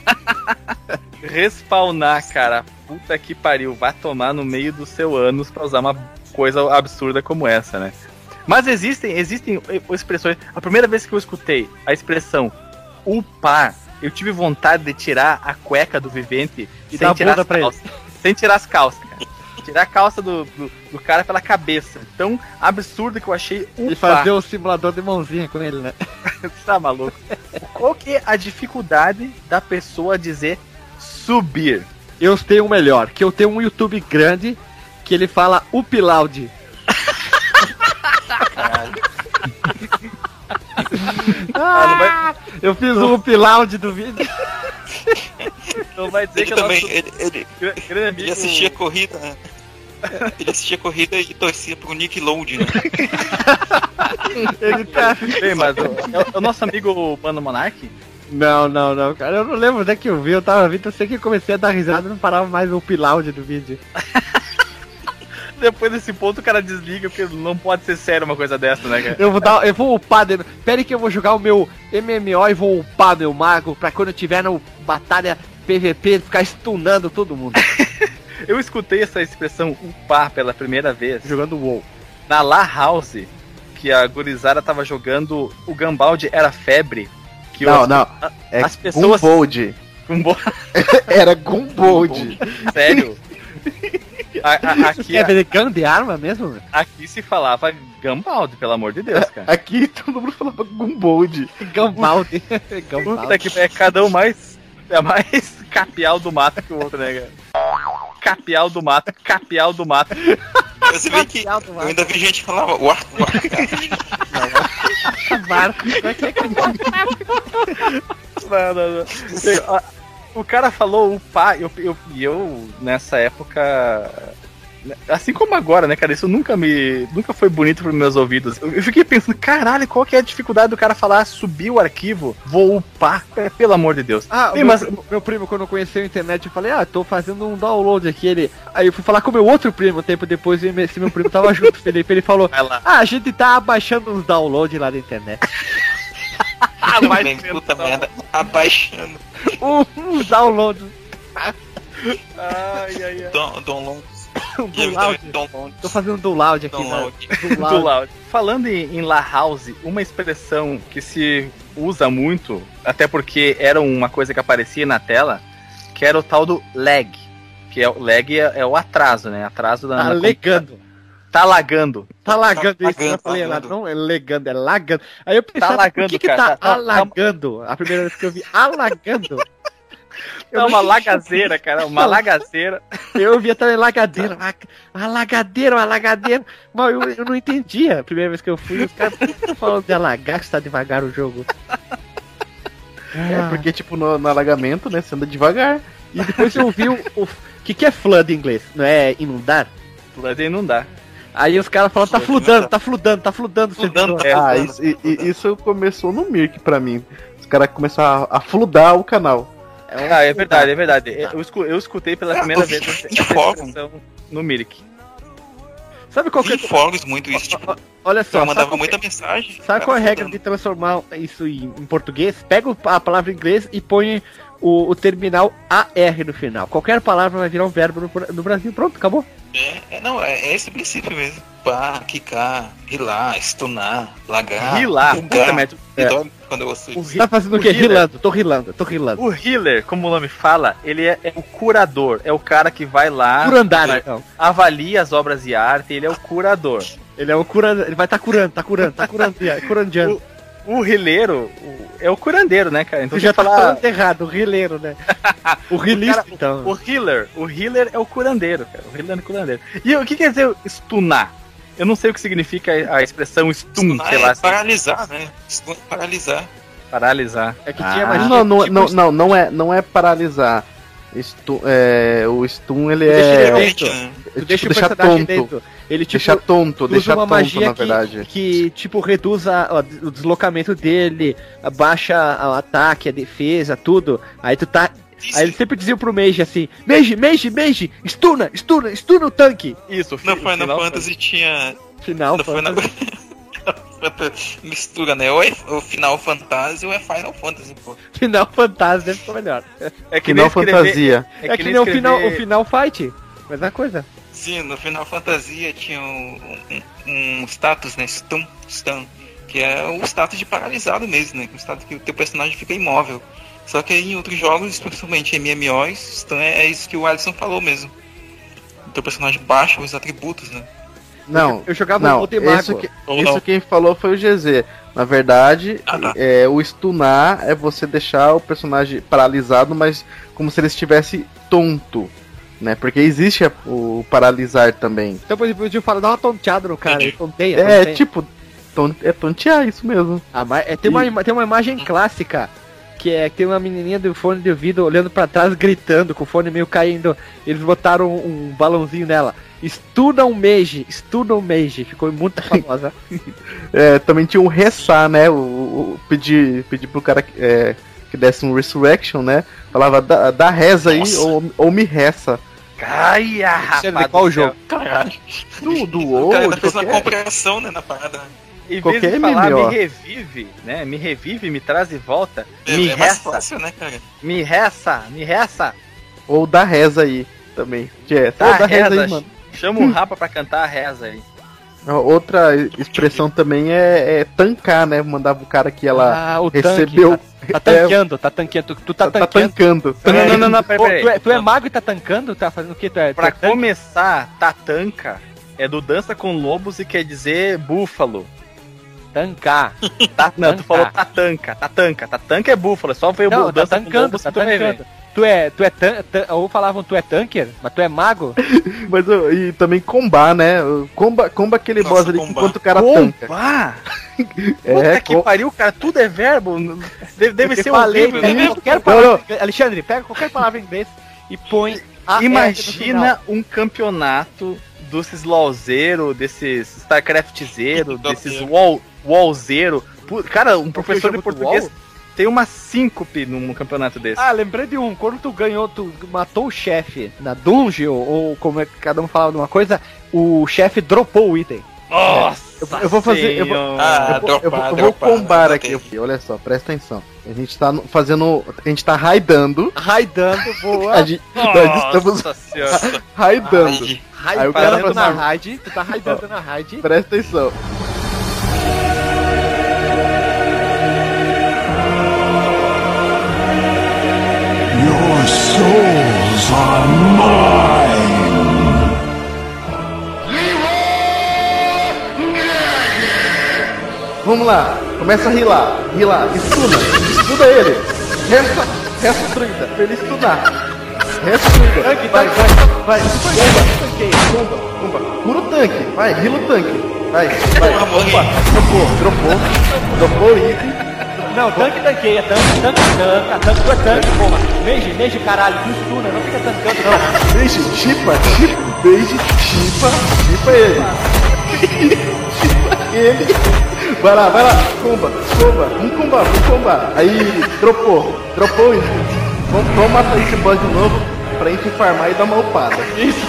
S2: Respawnar, cara. Puta que pariu. Vai tomar no meio do seu ânus pra usar uma coisa absurda como essa, né? Mas existem expressões. A primeira vez que eu escutei a expressão upar, eu tive vontade de tirar a cueca do vivente e sem tirar as calças. Sem tirar as calças, cara. Tirar a calça do cara pela cabeça. Tão absurdo que eu achei upar.
S1: E fazer o simulador de mãozinha com ele, né?
S2: Tá maluco? Qual que é a dificuldade da pessoa dizer subir?
S1: Eu tenho um melhor, que eu tenho um YouTube grande que ele fala upload. Eu fiz um upload do vídeo.
S2: Não vai dizer
S4: Ele
S2: que
S4: também,
S2: ele
S4: ele assistia a corrida, né? Ele assistia a corrida e torcia pro Nick Load, né?
S1: Ele tá...
S2: Bem, mas é o nosso amigo Mano Monark?
S1: Não, cara. Eu não lembro onde é que eu vi. Eu tava vindo, eu sei que eu comecei a dar risada e não parava mais o upload do vídeo.
S2: Depois desse ponto o cara desliga, porque não pode ser sério uma coisa dessa, né, cara?
S5: Eu vou upar. Pera aí que eu vou jogar o meu MMO e vou upar meu mago pra quando eu tiver na batalha PVP ficar stunando todo mundo.
S2: Eu escutei essa expressão upar pela primeira vez
S5: Jogando WoW.
S2: na La House, que a gurizada tava jogando o Gunbound era febre. Que
S3: Não,
S2: as-
S3: não. É
S2: as pessoas-
S3: Gumbold. Era Gumbold.
S2: Sério? Aqui,
S5: Quer ver gun de arma mesmo?
S2: aqui se falava Gunbound, pelo amor de Deus, cara.
S3: Aqui todo mundo falava Gumbold.
S5: Gunbound.
S2: Puta que é cada um mais. É mais capial do mato que o outro, né, cara? Capial do mato.
S4: Você vê que eu ainda vi gente que falava o arco,
S5: Barco.
S2: Não. O cara falou upar, e eu nessa época, assim como agora, né, cara, isso nunca foi bonito pros meus ouvidos. Eu fiquei pensando, caralho, qual que é a dificuldade do cara falar, subir o arquivo, vou upar, pelo amor de Deus.
S5: Meu primo, quando conheceu a internet, eu falei, tô fazendo um download aqui. Aí eu fui falar com meu outro primo, um tempo depois, e esse meu primo tava junto, Felipe, ele falou,
S2: Vai lá.
S5: a gente tá abaixando uns downloads lá da internet.
S4: Mas puta merda, abaixando.
S5: Uns downloads.
S2: Ai.
S4: Download.
S5: Download. Tô fazendo um download aqui,
S4: Download.
S2: Do Loud. Falando em La House, uma expressão que se usa muito, até porque era uma coisa que aparecia na tela, que era o tal do lag. Que o lag é o atraso, né? Atraso da.
S5: Tá legando.
S2: Tá lagando.
S5: Tá lagando
S4: Tá
S5: isso, eu
S4: lagando,
S5: falei
S4: tá
S5: lá,
S4: lagando.
S5: não é legando, é lagando. Aí eu pensava,
S2: lagando,
S5: por que
S2: cara,
S5: tá alagando? A primeira vez que eu vi alagando,
S2: É uma lagazeira, cara. Uma lagazeira.
S5: eu via também lagadeira, alagadeiro, mas eu não entendia. A primeira vez que eu fui, os caras estão falando de alagar, que está devagar o jogo.
S3: É porque, tipo, no alagamento, né, você anda devagar.
S5: E depois eu vi o que é flood em inglês? Não é inundar?
S2: Flood não dá.
S5: Aí os caras falam, tá fludando.
S4: Fludando,
S5: servidor.
S4: tá.
S3: Isso começou no Mirk pra mim. Os caras começaram a fludar o canal.
S2: É verdade. Eu escutei pela primeira vez essa
S4: fórum.
S2: expressão no Mirk.
S5: Sabe qual que
S4: Em fóruns muito isso, tipo,
S5: Olha só,
S4: eu mandava
S5: sabe
S4: muita mensagem.
S5: Sabe qual é a regra de transformar isso em português? Pega a palavra em inglês e põe o terminal AR no final. Qualquer palavra vai virar um verbo no Brasil. Pronto, acabou.
S4: É esse princípio mesmo. Pá, quicar, rilar, stunar, lagar.
S2: Rilar,
S4: bugar.
S2: puta merda.
S4: Me dói quando eu ouço isso.
S5: Você tá fazendo o quê?
S2: healer.
S5: Tô rilando.
S2: O healer, como o nome fala, ele é o curador. É o cara que vai lá,
S5: Curandar, então.
S2: avalia as obras de arte, ele é o curador.
S5: Ele é o curando, ele vai tá curandeando.
S2: O rileiro é o curandeiro, né, cara? Então
S5: Você já tá
S2: falar
S5: falando errado, o rileiro, né? O rilista, então.
S2: o healer é o curandeiro, cara. O healer é o curandeiro. E o que quer dizer stunar? Eu não sei o que significa a expressão stun,
S4: Stunar
S2: sei lá.
S4: é paralisar, né? Stun é paralisar.
S2: Paralisar.
S5: É que tinha magia.
S3: Não é paralisar. O stun ele
S5: Deixa ele
S3: é.
S4: Realmente, né?
S5: Tu deixa o
S3: deixar
S5: personagem
S3: tonto.
S5: dentro. Ele tipo
S3: Deixa tonto,
S5: usa
S3: deixa
S5: uma
S3: tonto,
S5: magia
S3: na verdade.
S5: que tipo reduz o deslocamento dele, abaixa o ataque, a defesa, tudo. Aí tu tá. Aí ele sempre dizia pro Mage assim: Mage, stuna o tanque.
S2: Isso,
S4: No Final Fantasy tinha.
S5: Final,
S4: No Final mistura, né? Ou é o Final Fantasy ou é Final Fantasy, pô.
S5: Final Fantasy deve ficar melhor.
S2: É que
S3: Final
S2: nem escrever-
S3: fantasia.
S5: É que
S2: nem
S5: nem
S2: escrever-
S5: o Final Fight. Mesma coisa.
S4: Sim, no Final Fantasia tinha um status, né? Stun, que é o status de paralisado mesmo, né? O status que o teu personagem fica imóvel. Só que em outros jogos, especialmente MMOs, stun é isso que o Alisson falou mesmo. O teu personagem baixa os atributos, né?
S3: Não,
S5: Eu jogava
S3: não,
S5: o Ultimago.
S3: isso quem falou foi o GZ. Na verdade,
S4: Ah, tá.
S3: o stunar é você deixar o personagem paralisado, mas como se ele estivesse tonto, né? Porque existe o paralisar também.
S5: Então, por exemplo, eu falo, dá uma tonteada no cara, ele tonteia.
S3: Tipo, tontear, isso mesmo.
S5: Tem uma imagem clássica que tem uma menininha do fone de ouvido olhando pra trás, gritando, com o fone meio caindo. Eles botaram um balãozinho nela. Estuna um Mage. Ficou muito famosa.
S3: Também tinha um ressar, né? Pedir pro cara que desse um resurrection, né? Falava, dá reza aí ou me ressa.
S2: Caia, rapaz.
S5: Qual o jogo?
S4: Caralho.
S3: Do
S4: O cara
S3: WoW,
S4: fez uma compressão, né, na parada.
S2: Em vez
S3: Qualquer
S2: de falar
S3: MMO.
S2: me revive, né? Me revive, me traz de volta.
S4: É
S2: Me
S4: mais
S2: resta,
S4: fácil, né, cara?
S2: me resta, me resta.
S3: Ou da reza aí também. Que é,
S2: Tá,
S3: da reza
S2: reza.
S3: aí, mano.
S2: Chama o Rapa pra cantar a reza aí.
S3: Outra expressão também é tancar, né? Mandava o cara que ela
S5: o
S3: recebeu.
S5: tanque. Tá tanqueando, tá tanqueando. Tu tá
S3: Tá
S5: tanqueando.
S3: tancando.
S2: Não,
S5: Pô,
S2: peraí.
S5: tu é mago e tá tancando? Tá fazendo o quê? Tu é
S2: Pra
S5: tanque?
S2: começar, tatanca é do Dança com Lobos e quer dizer búfalo.
S5: Tancar.
S2: Não, tu
S5: Tancar.
S2: falou tatanca. Tatanca é búfalo, é só ver
S5: Não,
S2: o
S5: tá
S2: Dança com
S5: tancando,
S2: Lobos
S5: tá
S2: que tu vai ver.
S5: tancando. Ou falavam tu é tanker, mas tu é mago?
S3: Mas e também combar, né? Comba aquele
S4: Nossa,
S3: boss ali
S4: combar.
S3: enquanto o cara tanca.
S2: Opa! Puta que pariu, cara, tudo é verbo. Deve ser
S5: falei,
S2: horrível,
S5: pega
S2: né?
S5: qualquer palavra, Alexandre, pega qualquer palavra em inglês e põe a S no
S2: Imagina
S5: final.
S2: um campeonato desses LOLzero, desses StarCraftzero, desses Wallzero. Cara, um professor de
S5: jogo do
S2: português
S5: WoW?
S2: tem uma síncope num campeonato desse.
S5: Ah, lembrei de um. Quando tu ganhou, tu matou o chefe na dungeon, ou como é que cada um falava de uma coisa, o chefe dropou o item.
S2: Nossa!
S3: Eu vou fazer. Eu vou,
S4: Ah,
S3: eu vou combar aqui. Olha só, presta atenção. A gente tá fazendo. A gente tá raidando.
S5: Raidando, boa.
S3: Nós estamos
S2: Nossa senhora!
S3: raidando. Aí o cara
S5: Raidando
S3: fala
S5: na
S3: assim,
S5: raid. Tu tá raidando na raid.
S3: Presta atenção.
S6: Your souls are mine!
S3: Vamos lá, começa a rilar, estuda ele. Resta 30, pra ele estudar. Resta 30. Vai. Bomba. Cura o tanque, vai, rila o tanque. Vai. Opa, dropou o item.
S5: Não, tanque tanqueia, tanque, tu é tanque, porra. Beije, caralho, tu estuna, não fica tancando, não.
S3: Beije, chipa ele. Ele. Vai lá, comba. Vamos combar. Aí, dropou o item. Vamos matar esse boss de novo pra gente farmar e dar uma upada.
S5: Isso.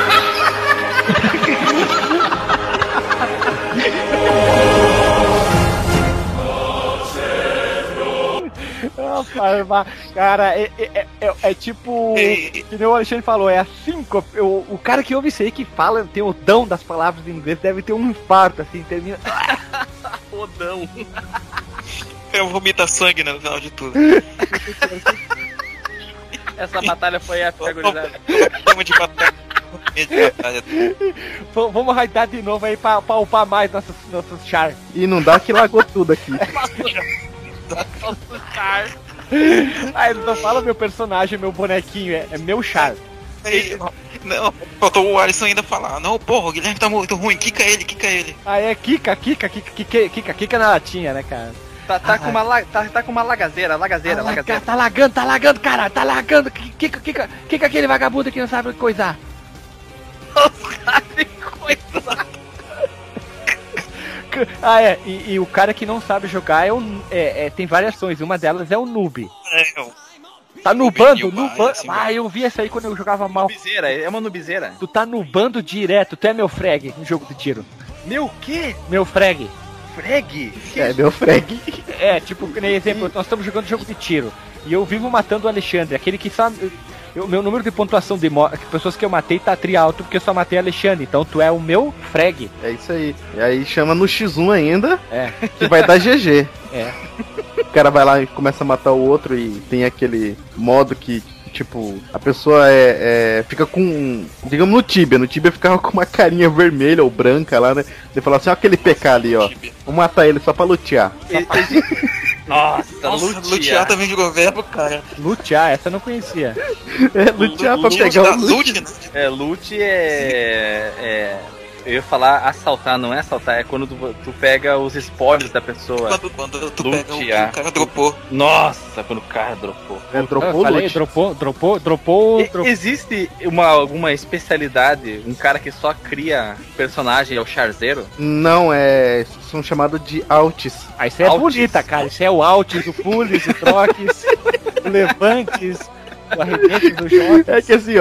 S5: Cara, é tipo. Que nem o Alexandre falou, é assim. O cara que ouve isso aí, que fala, tem o dão das palavras em inglês, deve ter um infarto, assim, termina.
S2: Rodão.
S4: Eu vomita sangue, né, no final de tudo.
S2: Essa batalha foi épica, gurizada.
S4: Chama de batalha.
S5: Vamos raidar de novo aí pra upar mais nossos char.
S3: E não dá que lagou tudo aqui.
S5: Ah, eles não falam meu personagem, meu bonequinho, é meu char.
S4: Não, faltou o Alisson ainda falar. Não, porra, o Guilherme tá muito ruim, quica ele.
S5: Ah, é Kika na latinha, né, cara?
S2: Tá com uma lagazeira.
S5: Tá lagando, cara, tá lagando. Kika aquele vagabundo que não sabe coisar. Ah, é, e o cara que não sabe jogar tem variações, uma delas é o noob. Tá nubando. Ah, eu vi essa aí quando eu jogava mal.
S2: É uma nubizeira.
S5: Tu tá nubando direto, tu é meu frag no jogo de tiro.
S2: Meu quê?
S5: Meu frag.
S2: Frag?
S3: É, meu frag.
S5: É, tipo, nem exemplo, nós estamos jogando jogo de tiro. E eu vivo matando o Alexandre, aquele que só. Meu número de pontuação de pessoas que eu matei tá tri alto porque eu só matei Alexandre. Então tu é o meu frag.
S3: É isso aí. E aí chama no X1 ainda,
S5: É.
S3: que vai dar GG.
S5: É.
S3: O cara vai lá e começa a matar o outro e tem aquele modo que, tipo, a pessoa fica com. Digamos no Tibia. No Tibia ficava com uma carinha vermelha ou branca lá, né? Você fala assim, ó aquele PK ali, ó. Vou matar ele só pra lutear.
S2: Nossa,
S4: lutear também jogou verbo, cara.
S5: Lutear, essa eu não conhecia.
S3: É, lutear pra pegar o loot.
S4: Né?
S2: Loot eu ia falar assaltar, não é assaltar, é quando tu pega os spoilers da pessoa.
S4: Quando tu
S2: Lutear.
S4: pega o que o cara dropou.
S2: Nossa, quando o cara dropou.
S3: É, dropou
S5: Eu
S3: o
S5: falei,
S3: loot.
S5: dropou.
S2: Existe alguma especialidade, um cara que só cria personagem, é o Charzero?
S3: Não, são chamados de alts.
S5: Ah, isso é
S2: Altis.
S5: bonita, cara. Isso é o altis, o pules, o troques, o levantes, o arremete do jogo.
S3: É que assim, ó,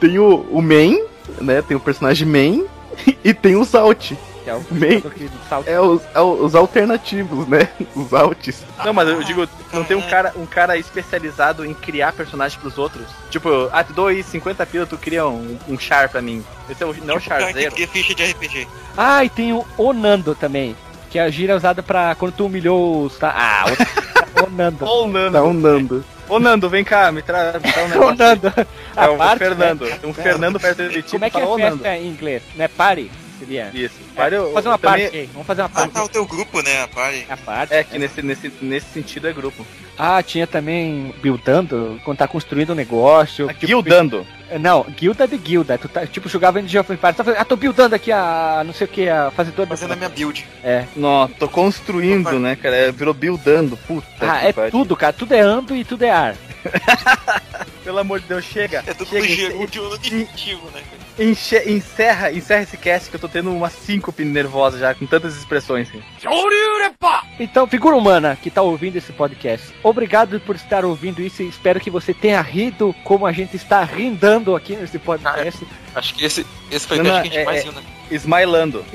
S3: tem o main, né? Tem o personagem main e tem os alt.
S5: Que é o
S3: Main.
S5: que salta.
S3: Os alternativos, né? Os alts.
S2: Não, mas eu digo, não tem um cara especializado em criar personagens pros outros? Tipo, tu dou aí 50 pila, tu cria um char pra mim. Esse é o, não é o
S4: Tipo, cara que
S2: charzeiro.
S4: cria ficha de RPG.
S5: Ah, e tem o Onando também. Que a gíria é usada pra quando tu humilhou os. O Onando.
S2: Ô, Nando.
S3: Tá um Nando.
S2: Ô, Nando, vem cá, me traz um negócio.
S5: Onando.
S2: É o
S5: parte,
S2: Fernando.
S5: né?
S2: Tem um Fernando perto de ti.
S5: Como é que
S2: fala,
S5: é
S2: "Ô, Nando."
S5: festa em inglês? Não é party? Seria.
S2: Isso.
S5: Vamos fazer uma
S2: também-
S5: parte aí. Vamos fazer uma
S4: Ah,
S5: parte.
S4: tá, o teu grupo, né, a party.
S5: A parte.
S2: É que nesse sentido é grupo.
S5: Ah, tinha também buildando, quando tá construindo um negócio.
S2: Guildando.
S5: Não, guilda de guilda. Tu tá, tipo, jogava em Age of Empires. Tá fazendo, tô buildando aqui a não sei o que, a fazedor
S4: Fazendo a minha build.
S5: É.
S2: Não, tô construindo, né, cara? Virou buildando. Puta
S5: Ah,
S2: que
S5: é
S2: pariu.
S5: tudo, cara. Tudo é ando e tudo é ar.
S2: Pelo amor de Deus, chega.
S4: É tudo
S2: chega,
S4: gerúndio no negativo, né, cara?
S2: encerra esse cast que eu tô tendo uma síncope nervosa já, com tantas expressões. Assim.
S5: Então, figura humana que tá ouvindo esse podcast, obrigado por estar ouvindo isso e espero que você tenha rido como a gente está rindando aqui nesse podcast.
S4: Acho que esse foi o
S2: Não,
S4: que a gente
S2: é-
S4: mais
S2: é-
S4: viu, né?
S2: Smilando.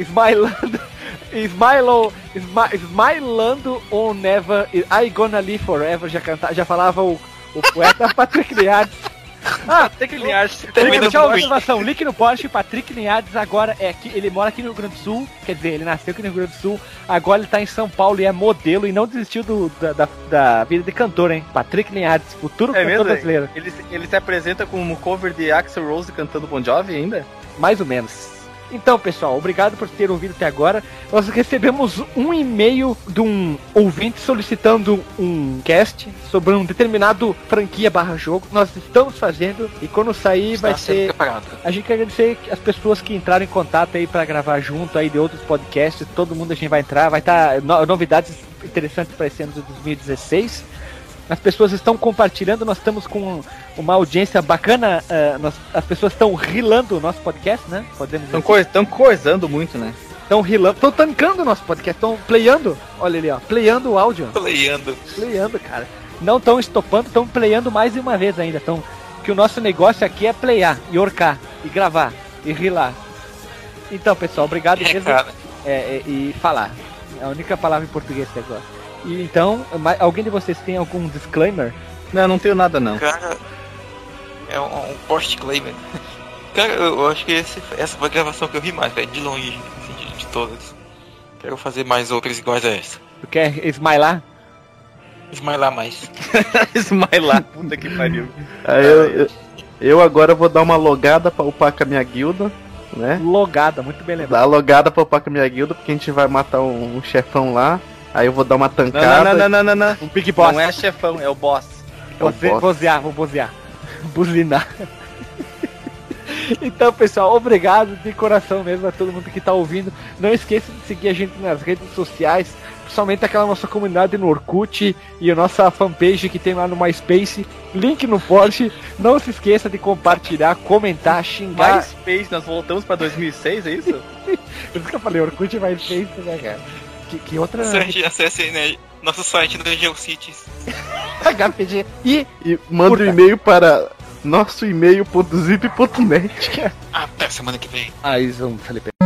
S5: Smilando on never, I gonna live forever, já falava o poeta Patrick Linhares. Ah,
S2: Tem que linhar.
S5: deixa uma observação, link no post, Patrick Linhares agora é aqui, ele mora aqui no Rio Grande do Sul, quer dizer, ele nasceu aqui no Rio Grande do Sul, agora ele tá em São Paulo e é modelo e não desistiu da vida de cantor, hein? Patrick Linhares, futuro
S2: É
S5: cantor
S2: mesmo?
S5: brasileiro.
S2: Ele se apresenta como cover de Axl Rose cantando Bon Jovi ainda?
S5: Mais ou menos. Então, pessoal, obrigado por ter ouvido até agora. Nós recebemos um e-mail de um ouvinte solicitando um cast sobre um determinado franquia / jogo. Nós estamos fazendo e quando sair vai
S4: Está sendo
S5: ser...
S4: preparado.
S5: A gente quer agradecer as pessoas que entraram em contato aí pra gravar junto aí de outros podcasts. Todo mundo a gente vai entrar, vai estar novidades interessantes para esse ano de 2016. As pessoas estão compartilhando, nós estamos com uma audiência bacana, as pessoas estão rilando o nosso podcast, né? Podemos dizer.
S2: Estão coisando muito, né?
S5: Estão rilando, estão tancando o nosso podcast, estão playando, olha ali, ó, playando o áudio,
S4: Playando.
S5: cara. Não estão estopando, estão playando mais de uma vez ainda, que o nosso negócio aqui é playar, e orcar, e gravar, e rilar. Então, pessoal, obrigado mesmo,
S4: Cara,
S5: e falar, é a única palavra em português que eu gosto. E então, alguém de vocês tem algum disclaimer?
S2: Não tenho nada não.
S4: cara, é um post-claimer. Cara, eu acho que essa foi a gravação que eu ri mais, velho, de longe, assim, de todas. Quero fazer mais outras iguais a essa.
S5: Tu quer smilar?
S4: Smilar mais.
S2: Smilar, puta que pariu.
S3: Aí eu agora vou dar uma logada pra upar com a minha guilda, né?
S5: Logada, muito bem
S3: Dar
S5: lembrado.
S3: a logada pra upar com a minha guilda, porque a gente vai matar um chefão lá. Aí eu vou dar uma tancada.
S2: Não.
S5: Um Big Boss.
S2: Não é chefão, é o boss.
S3: É o boss.
S5: Vou bozear. Buzinar. Então, pessoal, obrigado de coração mesmo a todo mundo que tá ouvindo. Não esqueça de seguir a gente nas redes sociais, principalmente aquela nossa comunidade no Orkut e a nossa fanpage que tem lá no MySpace. Link no post. Não se esqueça de compartilhar, comentar, xingar.
S2: MySpace, nós voltamos pra 2006, é isso?
S5: Por isso que eu falei Orkut e MySpace, né, cara? Que outra...
S4: Acesse aí, né, nosso site do GeoCities.
S5: HPG. E
S3: E manda um e-mail para nosso e-mail.zip.net.
S4: Até semana que vem.
S5: mais um Felipe.